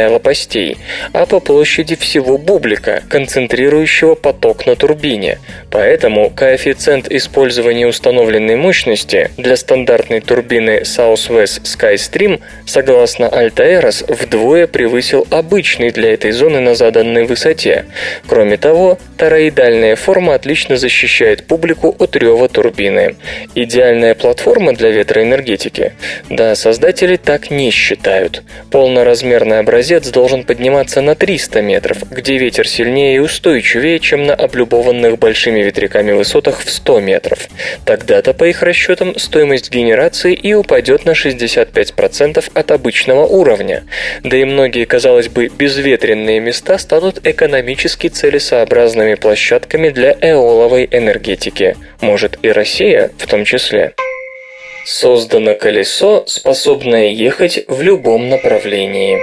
областей, а по площади всего бублика, концентрирующего поток на турбине. Поэтому коэффициент использования установленной мощности для стандартной турбины Southwest SkyStream, согласно Altaeros, вдвое превысил обычный для этой зоны на заданной высоте. Кроме того, тороидальная форма отлично защищает публику от рева турбины. Идеальная платформа для ветроэнергетики? Да, создатели так не считают. Полноразмерный образец должен подниматься на триста метров, где ветер сильнее и устойчивее, чем на облюбованных большими ветряками высотах в сто метров. Тогда-то, по их расчетам, стоимость генерации и упадет на шестьдесят пять процентов от обычного уровня. Да и многие, казалось бы, безветренные места станут экономически целесообразными площадками для эоловой энергетики. Может, и Россия в том числе. Создано колесо, способное ехать в любом направлении.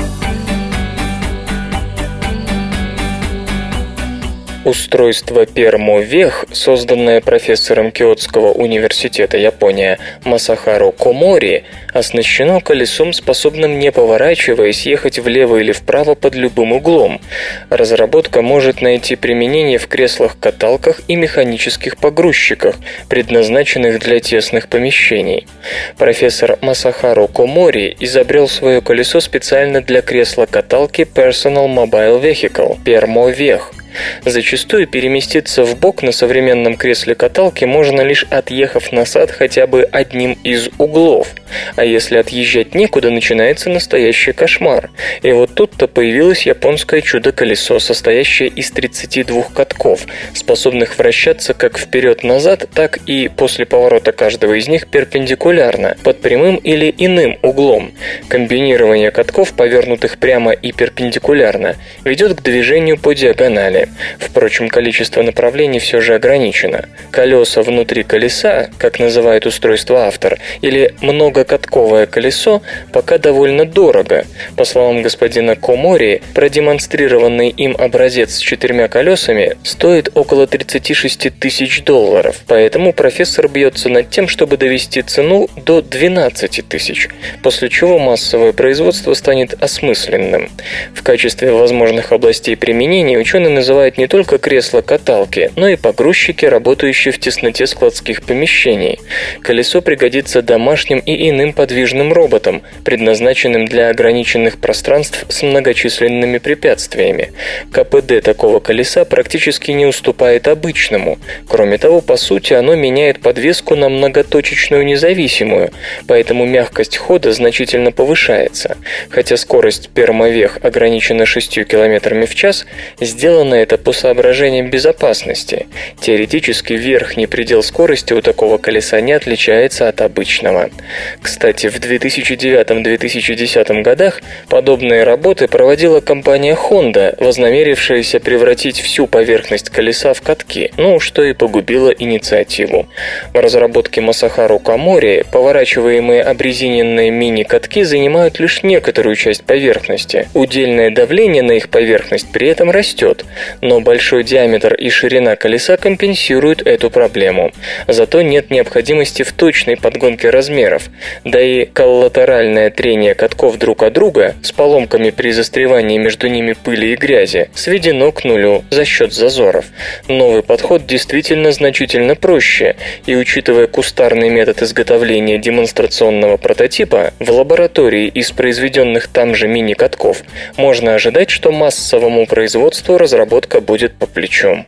Устройство Пермо-Вех, созданное профессором Киотского университета Япония Масахаро Комори, оснащено колесом, способным, не поворачиваясь, ехать влево или вправо под любым углом. Разработка может найти применение в креслах-каталках и механических погрузчиках, предназначенных для тесных помещений. Профессор Масахаро Комори изобрел свое колесо специально для кресла-каталки Personal Mobile Vehicle Пермо-Вех. Зачастую переместиться вбок на современном кресле-каталке можно лишь отъехав назад хотя бы одним из углов. А если отъезжать некуда, начинается настоящий кошмар. И вот тут-то появилось японское чудо-колесо, состоящее из тридцати двух катков, способных вращаться как вперед-назад, так и после поворота каждого из них перпендикулярно, под прямым или иным углом. Комбинирование катков, повернутых прямо и перпендикулярно, ведет к движению по диагонали. Впрочем, количество направлений все же ограничено. Колеса внутри колеса, как называет устройство автор, или многокатковое колесо, пока довольно дорого. По словам господина Комори, продемонстрированный им образец с четырьмя колесами стоит около тридцать шесть тысяч долларов. Поэтому профессор бьется над тем, чтобы довести цену до двенадцать тысяч, после чего массовое производство станет осмысленным. В качестве возможных областей применения ученые называют не только кресла-каталки, но и погрузчики, работающие в тесноте складских помещений. Колесо пригодится домашним и иным подвижным роботам, предназначенным для ограниченных пространств с многочисленными препятствиями. КПД такого колеса практически не уступает обычному. Кроме того, по сути, оно меняет подвеску на многоточечную независимую, поэтому мягкость хода значительно повышается. Хотя скорость Пермо-Вех ограничена шестью километрами в час, сделано это по соображениям безопасности. Теоретически верхний предел скорости у такого колеса не отличается от обычного. Кстати, в две тысячи девятом - две тысячи десятом годах подобные работы проводила компания Honda, вознамерившаяся превратить всю поверхность колеса в катки, ну, что и погубило инициативу. В разработке Масахаро Комори поворачиваемые обрезиненные мини-катки занимают лишь некоторую часть поверхности. Удельное давление на их поверхность при этом растет, но большой диаметр и ширина колеса компенсируют эту проблему. Зато нет необходимости в точной подгонке размеров, да и коллатеральное трение катков друг от друга с поломками при застревании между ними пыли и грязи сведено к нулю за счет зазоров. Новый подход действительно значительно проще, и учитывая кустарный метод изготовления демонстрационного прототипа в лаборатории из произведенных там же мини-катков, можно ожидать, что массовому производству разработка будет по плечу.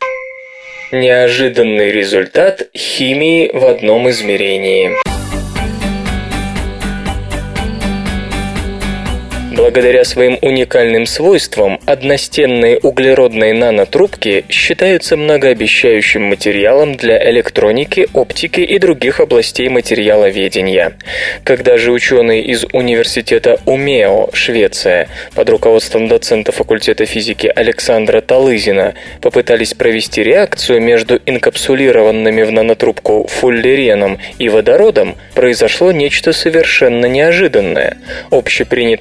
Неожиданный результат химии в одном измерении. Благодаря своим уникальным свойствам, одностенные углеродные нанотрубки считаются многообещающим материалом для электроники, оптики и других областей материаловедения. Когда же ученые из университета Умео, Швеция, под руководством доцента факультета физики Александра Талызина попытались провести реакцию между инкапсулированными в нанотрубку фуллереном и водородом, произошло нечто совершенно неожиданное. Общепринятая точка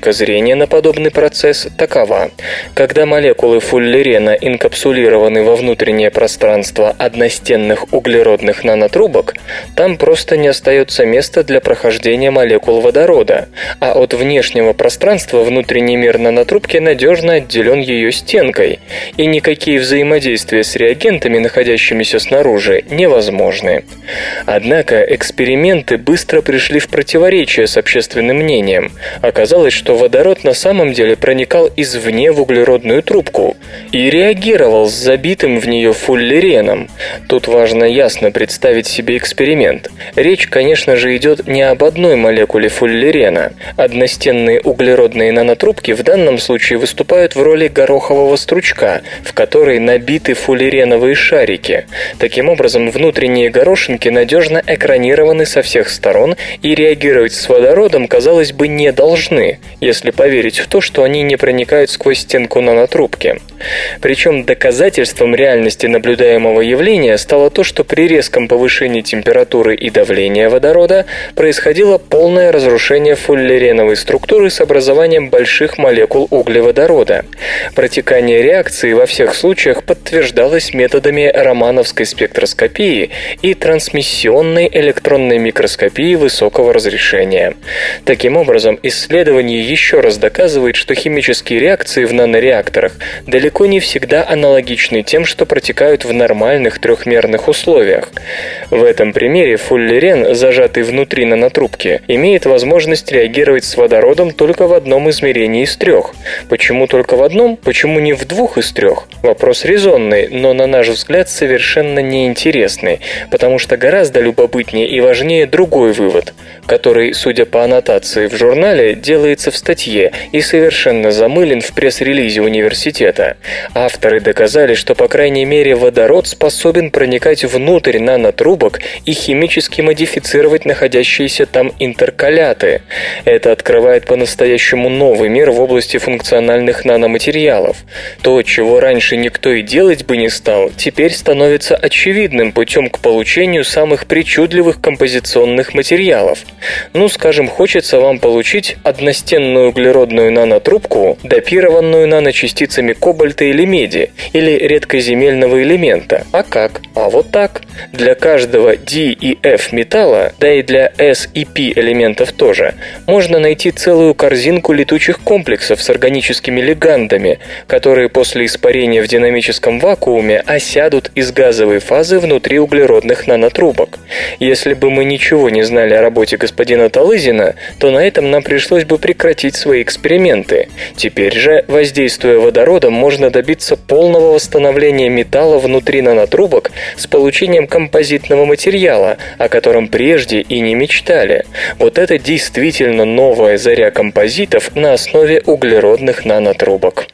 точка зрения на подобный процесс такова. Когда молекулы фуллерена инкапсулированы во внутреннее пространство одностенных углеродных нанотрубок, там просто не остается места для прохождения молекул водорода, а от внешнего пространства внутренний мир нанотрубки надежно отделен ее стенкой, и никакие взаимодействия с реагентами, находящимися снаружи, невозможны. Однако эксперименты быстро пришли в противоречие с общественным мнением. Оказалось, что водород на самом деле проникал извне в углеродную трубку и реагировал с забитым в нее фуллереном. Тут важно ясно представить себе эксперимент. Речь, конечно же, идет не об одной молекуле фуллерена. Одностенные углеродные нанотрубки в данном случае выступают в роли горохового стручка, в который набиты фуллереновые шарики. Таким образом, внутренние горошинки надежно экранированы со всех сторон и реагировать с водородом, казалось бы, не должны, если поверить в то, что они не проникают сквозь стенку нанотрубки. Причем доказательством реальности наблюдаемого явления стало то, что при резком повышении температуры и давления водорода происходило полное разрушение фуллереновой структуры с образованием больших молекул углеводорода. Протекание реакции во всех случаях подтверждалось методами романовской спектроскопии и трансмиссионной электронной микроскопии высокого разрешения. Таким образом, исследование еще раз доказывает, что химические реакции в нанореакторах далеко не всегда аналогичны тем, что протекают в нормальных трехмерных условиях. В этом примере фуллерен, зажатый внутри нанотрубки, имеет возможность реагировать с водородом только в одном измерении из трех. Почему только в одном? Почему не в двух из трех? Вопрос резонный, но, на наш взгляд, совершенно неинтересный, потому что гораздо любопытнее и важнее другой вывод, который, судя по аннотации в журнале, делается в статье и совершенно замылен в пресс-релизе университета. Авторы доказали, что, по крайней мере, водород способен проникать внутрь нанотрубок и химически модифицировать находящиеся там интеркаляты. Это открывает по-настоящему новый мир в области функциональных наноматериалов. То, чего раньше никто и делать бы не стал, теперь становится очевидным путем к получению самых причудливых композиционных материалов. Ну, скажем, хочется вам получить одностенную углеродную нанотрубку, допированную наночастицами кобальта или меди, или редкоземельного элемента. А как? А вот так. Для каждого D и F металла, да и для S и P элементов тоже, можно найти целую корзинку летучих комплексов с органическими лигандами, которые после испарения в динамическом вакууме осядут из газовой фазы внутри углеродных нанотрубок. Если бы мы ничего не знали о работе господина Талызина, то на этом нам пришлось бы прекратить свои эксперименты. Теперь же, воздействуя водородом, можно добиться полного восстановления металла внутри нанотрубок с получением композитного материала, о котором прежде и не мечтали. Вот это действительно новая заря композитов на основе углеродных нанотрубок.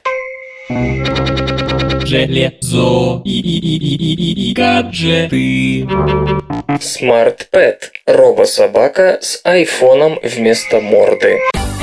Железо и, и, и, и, и гаджеты. SmartPet – робособака с айфоном вместо морды.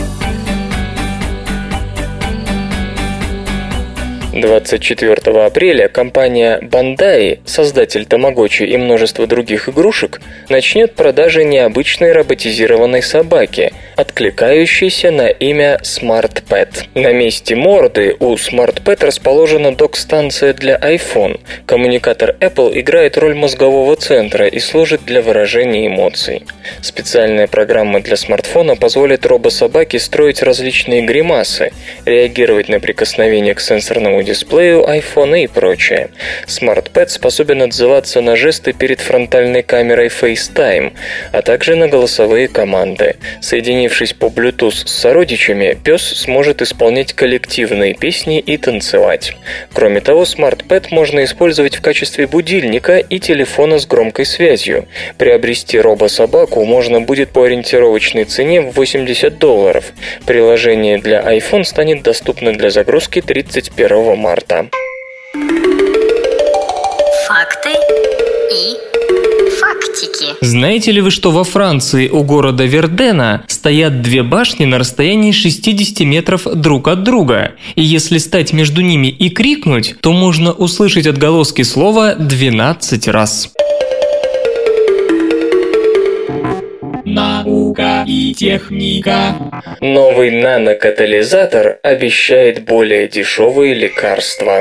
двадцать четвёртого апреля компания Bandai, создатель Тамагочи и множества других игрушек, начнет продажи необычной роботизированной собаки, откликающейся на имя SmartPet. На месте морды у SmartPet расположена док-станция для iPhone. Коммуникатор Apple играет роль мозгового центра и служит для выражения эмоций. Специальная программа для смартфона позволит робособаке строить различные гримасы, реагировать на прикосновение к сенсорному дисплею iPhone и прочее. SmartPet способен отзываться на жесты перед фронтальной камерой FaceTime, а также на голосовые команды. Соединившись по Bluetooth с сородичами, пес сможет исполнять коллективные песни и танцевать. Кроме того, SmartPet можно использовать в качестве будильника и телефона с громкой связью. Приобрести робособаку можно будет по ориентировочной цене в восемьдесят долларов. Приложение для iPhone станет доступно для загрузки тридцать первого марта. Факты и фактики. Знаете ли вы, что во Франции у города Вердена стоят две башни на расстоянии шестьдесят метров друг от друга? И если стать между ними и крикнуть, то можно услышать отголоски слова двенадцать раз. Наука. Наука и техника. Новый нанокатализатор обещает более дешевые лекарства.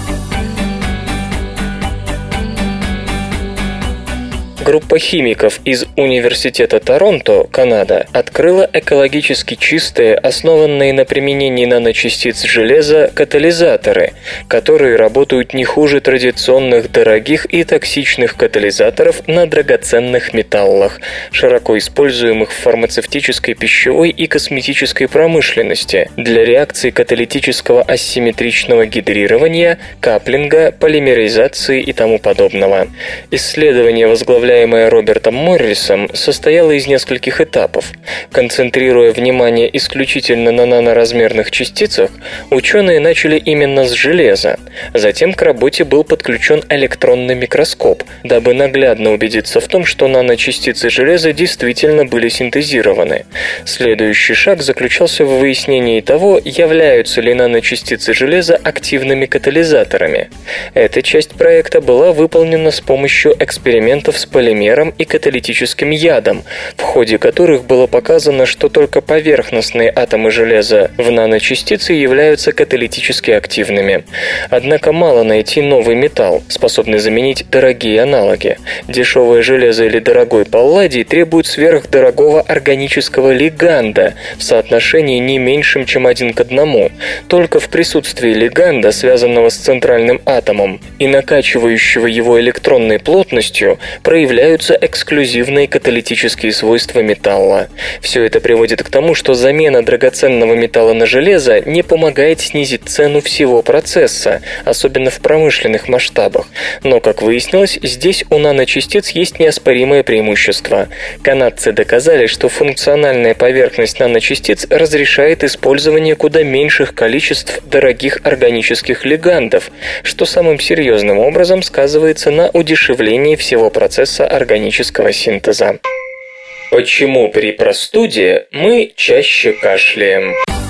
Группа химиков из Университета Торонто, Канада, открыла экологически чистые, основанные на применении наночастиц железа, катализаторы, которые работают не хуже традиционных дорогих и токсичных катализаторов на драгоценных металлах, широко используемых в фармацевтической, пищевой и косметической промышленности для реакций каталитического асимметричного гидрирования, каплинга, полимеризации и тому подобного. Исследование, возглавляемое Робертом Моррисом, состояла из нескольких этапов. Концентрируя внимание исключительно на наноразмерных частицах, ученые начали именно с железа. Затем к работе был подключен электронный микроскоп, дабы наглядно убедиться в том, что наночастицы железа действительно были синтезированы. Следующий шаг заключался в выяснении того, являются ли наночастицы железа активными катализаторами. Эта часть проекта была выполнена с помощью экспериментов с полимером и каталитическим ядом, в ходе которых было показано, что только поверхностные атомы железа в наночастице являются каталитически активными. Однако мало найти новый металл, способный заменить дорогие аналоги. Дешевое железо или дорогой палладий требуют сверхдорогого органического лиганда в соотношении не меньшем, чем один к одному. Только в присутствии лиганда, связанного с центральным атомом и накачивающего его электронной плотностью, проявляются эксклюзивные каталитические свойства металла. Все это приводит к тому, что замена драгоценного металла на железо не помогает снизить цену всего процесса, особенно в промышленных масштабах. Но, как выяснилось, здесь у наночастиц есть неоспоримое преимущество. Канадцы доказали, что функциональная поверхность наночастиц разрешает использование куда меньших количеств дорогих органических лигандов, что самым серьезным образом сказывается на удешевлении всего процесса органического синтеза. Почему при простуде мы чаще кашляем?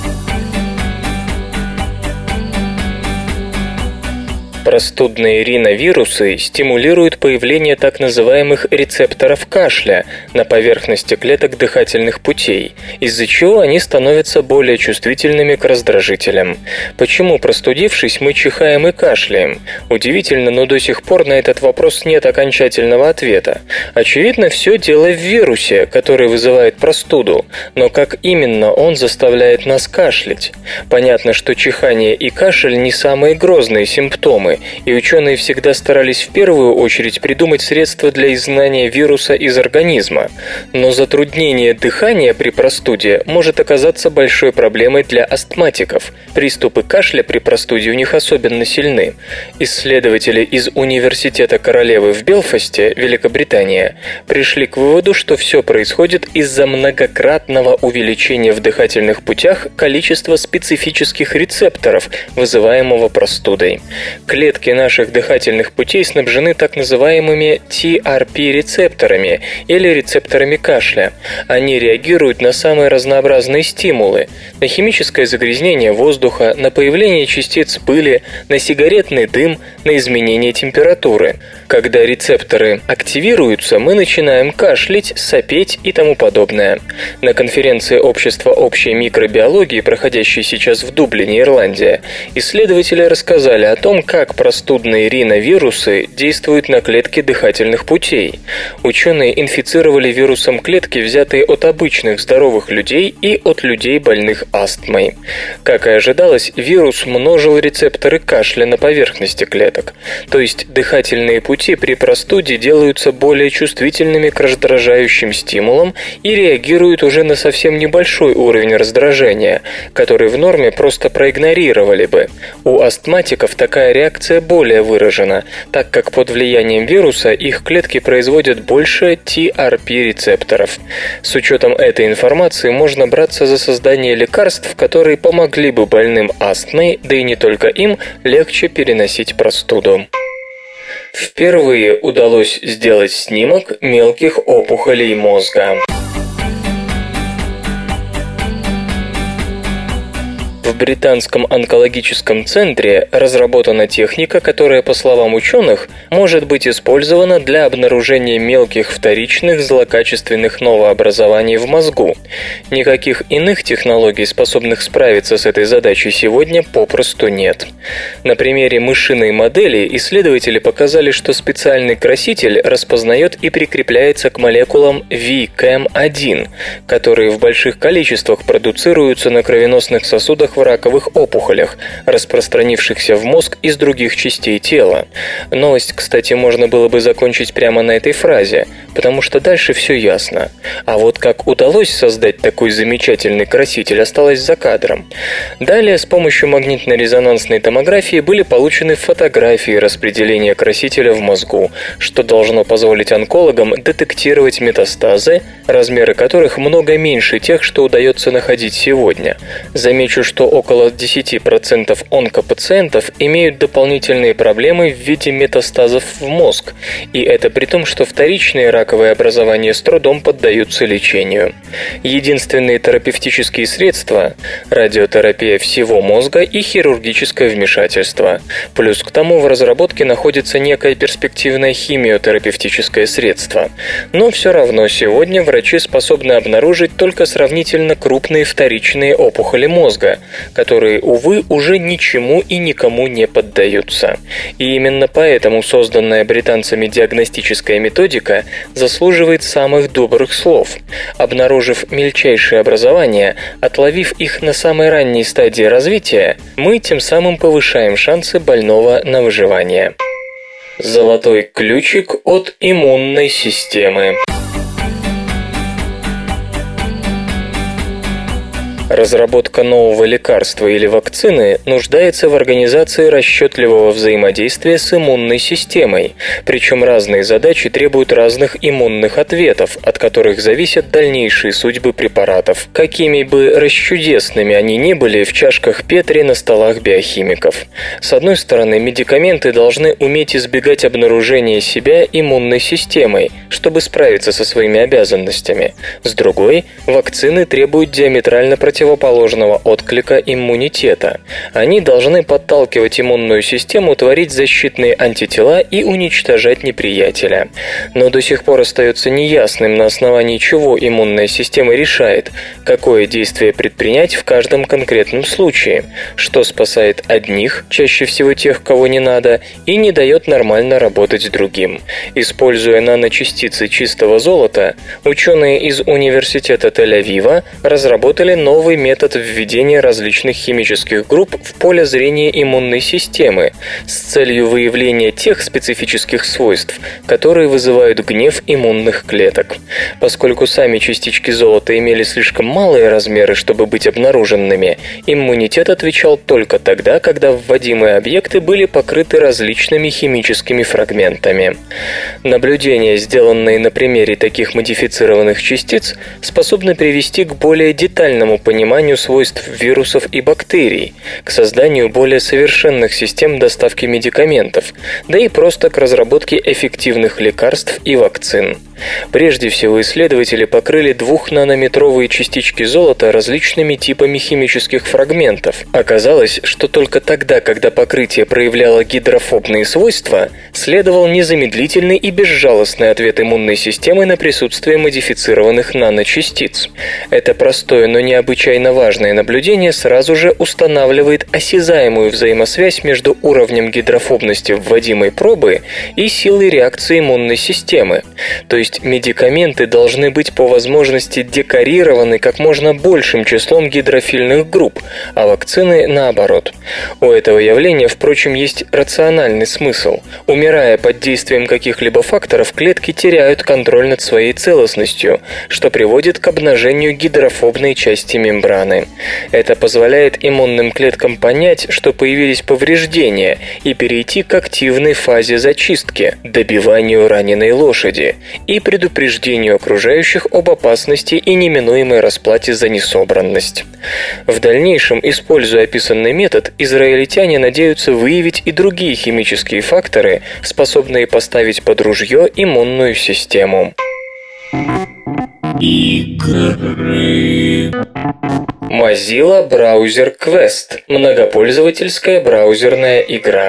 Простудные риновирусы стимулируют появление так называемых рецепторов кашля на поверхности клеток дыхательных путей, из-за чего они становятся более чувствительными к раздражителям. Почему, простудившись, мы чихаем и кашляем? Удивительно, но до сих пор на этот вопрос нет окончательного ответа. Очевидно, все дело в вирусе, который вызывает простуду, но как именно он заставляет нас кашлять? Понятно, что чихание и кашель не самые грозные симптомы, и ученые всегда старались в первую очередь придумать средства для изгнания вируса из организма. Но затруднение дыхания при простуде может оказаться большой проблемой для астматиков. Приступы кашля при простуде у них особенно сильны. Исследователи из Университета Королевы в Белфасте, Великобритания, пришли к выводу, что все происходит из-за многократного увеличения в дыхательных путях количества специфических рецепторов, вызываемого простудой. Клетки наших дыхательных путей снабжены так называемыми ти ар пи-рецепторами или рецепторами кашля. Они реагируют на самые разнообразные стимулы – на химическое загрязнение воздуха, на появление частиц пыли, на сигаретный дым, на изменение температуры. Когда рецепторы активируются, мы начинаем кашлять, сопеть и тому подобное. На конференции Общества общей микробиологии, проходящей сейчас в Дублине, Ирландия, исследователи рассказали о том, как простудные риновирусы действуют на клетки дыхательных путей. Ученые инфицировали вирусом клетки, взятые от обычных здоровых людей и от людей, больных астмой. Как и ожидалось, вирус множил рецепторы кашля на поверхности клеток, то есть дыхательные пути при простуде делаются более чувствительными к раздражающим стимулам и реагируют уже на совсем небольшой уровень раздражения, который в норме просто проигнорировали бы. У астматиков такая реакция более выражена, так как под влиянием вируса их клетки производят больше ти ар пи-рецепторов. С учетом этой информации можно браться за создание лекарств, которые помогли бы больным астмой, да и не только им, легче переносить простуду. Впервые удалось сделать снимок мелких опухолей мозга. В британском онкологическом центре разработана техника, которая, по словам ученых, может быть использована для обнаружения мелких вторичных злокачественных новообразований в мозгу. Никаких иных технологий, способных справиться с этой задачей сегодня, попросту нет. На примере мышиной модели исследователи показали, что специальный краситель распознает и прикрепляется к молекулам ви кэм один, которые в больших количествах продуцируются на кровеносных сосудах в раковых опухолях, распространившихся в мозг из других частей тела. Новость, кстати, можно было бы закончить прямо на этой фразе, потому что дальше все ясно. А вот как удалось создать такой замечательный краситель, осталось за кадром. Далее с помощью магнитно-резонансной томографии были получены фотографии распределения красителя в мозгу, что должно позволить онкологам детектировать метастазы, размеры которых много меньше тех, что удается находить сегодня. Замечу, что около десять процентов онкопациентов имеют дополнительные проблемы в виде метастазов в мозг, и это при том, что вторичные раковые образования с трудом поддаются лечению. Единственные терапевтические средства – радиотерапия всего мозга и хирургическое вмешательство. Плюс к тому в разработке находится некое перспективное химиотерапевтическое средство. Но все равно сегодня врачи способны обнаружить только сравнительно крупные вторичные опухоли мозга, которые, увы, уже ничему и никому не поддаются. И именно поэтому созданная британцами диагностическая методика заслуживает самых добрых слов. Обнаружив мельчайшие образования, отловив их на самой ранней стадии развития, мы тем самым повышаем шансы больного на выживание. Золотой ключик от иммунной системы. Разработка нового лекарства или вакцины нуждается в организации расчетливого взаимодействия с иммунной системой, причем разные задачи требуют разных иммунных ответов, от которых зависят дальнейшие судьбы препаратов, какими бы расчудесными они ни были в чашках Петри на столах биохимиков. С одной стороны, медикаменты должны уметь избегать обнаружения себя иммунной системой, чтобы справиться со своими обязанностями. С другой, вакцины требуют диаметрально противоположного противоположного отклика иммунитета. Они должны подталкивать иммунную систему творить защитные антитела и уничтожать неприятеля. Но до сих пор остается неясным, на основании чего иммунная система решает, какое действие предпринять в каждом конкретном случае, что спасает одних, чаще всего тех, кого не надо, и не дает нормально работать другим. Используя наночастицы чистого золота, ученые из Университета Тель-Авива разработали новый метод введения различных химических групп в поле зрения иммунной системы с целью выявления тех специфических свойств, которые вызывают гнев иммунных клеток. Поскольку сами частички золота имели слишком малые размеры, чтобы быть обнаруженными, иммунитет отвечал только тогда, когда вводимые объекты были покрыты различными химическими фрагментами. Наблюдения, сделанные на примере таких модифицированных частиц, способны привести к более детальному пониманию пониманию свойств вирусов и бактерий, к созданию более совершенных систем доставки медикаментов, да и просто к разработке эффективных лекарств и вакцин. Прежде всего, исследователи покрыли двухнанометровые частички золота различными типами химических фрагментов. Оказалось, что только тогда, когда покрытие проявляло гидрофобные свойства, следовал незамедлительный и безжалостный ответ иммунной системы на присутствие модифицированных наночастиц. Это простое, но необычайно важное наблюдение сразу же устанавливает осязаемую взаимосвязь между уровнем гидрофобности вводимой пробы и силой реакции иммунной системы. То есть медикаменты должны быть по возможности декорированы как можно большим числом гидрофильных групп, а вакцины наоборот. У этого явления, впрочем, есть рациональный смысл. Умирая под действием каких-либо факторов, клетки теряют контроль над своей целостностью, что приводит к обнажению гидрофобной части мембраны. Это позволяет иммунным клеткам понять, что появились повреждения, и перейти к активной фазе зачистки, добиванию раненой лошади, и предупреждению окружающих об опасности и неминуемой расплате за несобранность. В дальнейшем, используя описанный метод, израильтяне надеются выявить и другие химические факторы, способные поставить под ружье иммунную систему. Игры. Mozilla Browser Quest – многопользовательская браузерная игра.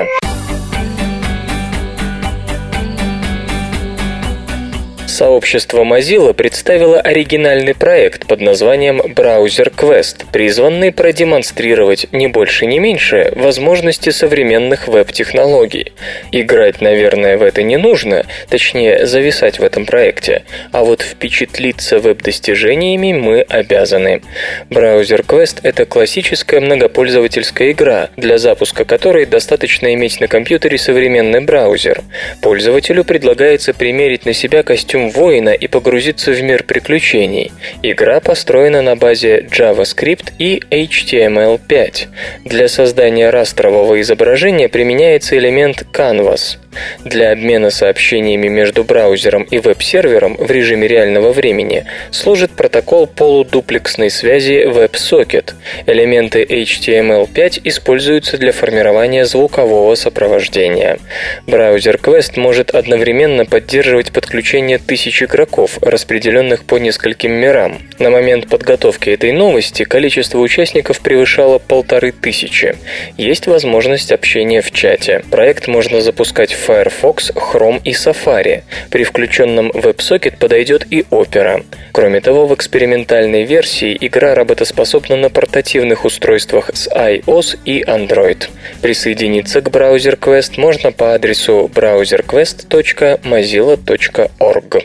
Сообщество Mozilla представило оригинальный проект под названием Browser Quest, призванный продемонстрировать не больше ни меньше возможности современных веб-технологий. Играть, наверное, в это не нужно, точнее, зависать в этом проекте, а вот впечатлиться веб-достижениями мы обязаны. Browser Quest – это классическая многопользовательская игра, для запуска которой достаточно иметь на компьютере современный браузер. Пользователю предлагается примерить на себя костюм воина и погрузиться в мир приключений. Игра построена на базе JavaScript и эйч ти эм эл пять. Для создания растрового изображения применяется элемент Canvas. Для обмена сообщениями между браузером и веб-сервером в режиме реального времени служит протокол полудуплексной связи WebSocket. Элементы эйч ти эм эл пять используются для формирования звукового сопровождения. Браузер Quest может одновременно поддерживать подключение тысяч игроков, распределенных по нескольким мирам. На момент подготовки этой новости количество участников превышало полторы тысячи. Есть возможность общения в чате. Проект можно запускать в Firefox, Chrome и Safari. При включенном WebSocket подойдет и Opera. Кроме того, в экспериментальной версии игра работоспособна на портативных устройствах с iOS и Android. Присоединиться к Browser Quest можно по адресу браузер квест точка мозилла точка орг.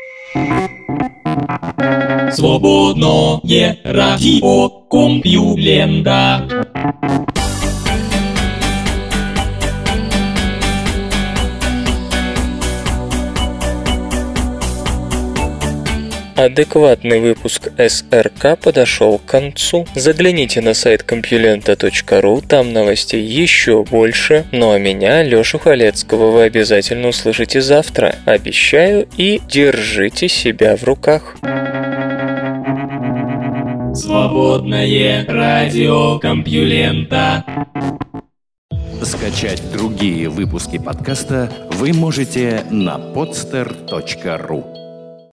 Свободное радио Компьюлента. Адекватный выпуск эс эр ка подошел к концу. Загляните на сайт компьюлента точка ру, там новостей еще больше. Ну а меня, Лешу Халецкого, вы обязательно услышите завтра. Обещаю, и держите себя в руках. Свободное радио Компьюлента. Скачать другие выпуски подкаста вы можете на подстер точка ру.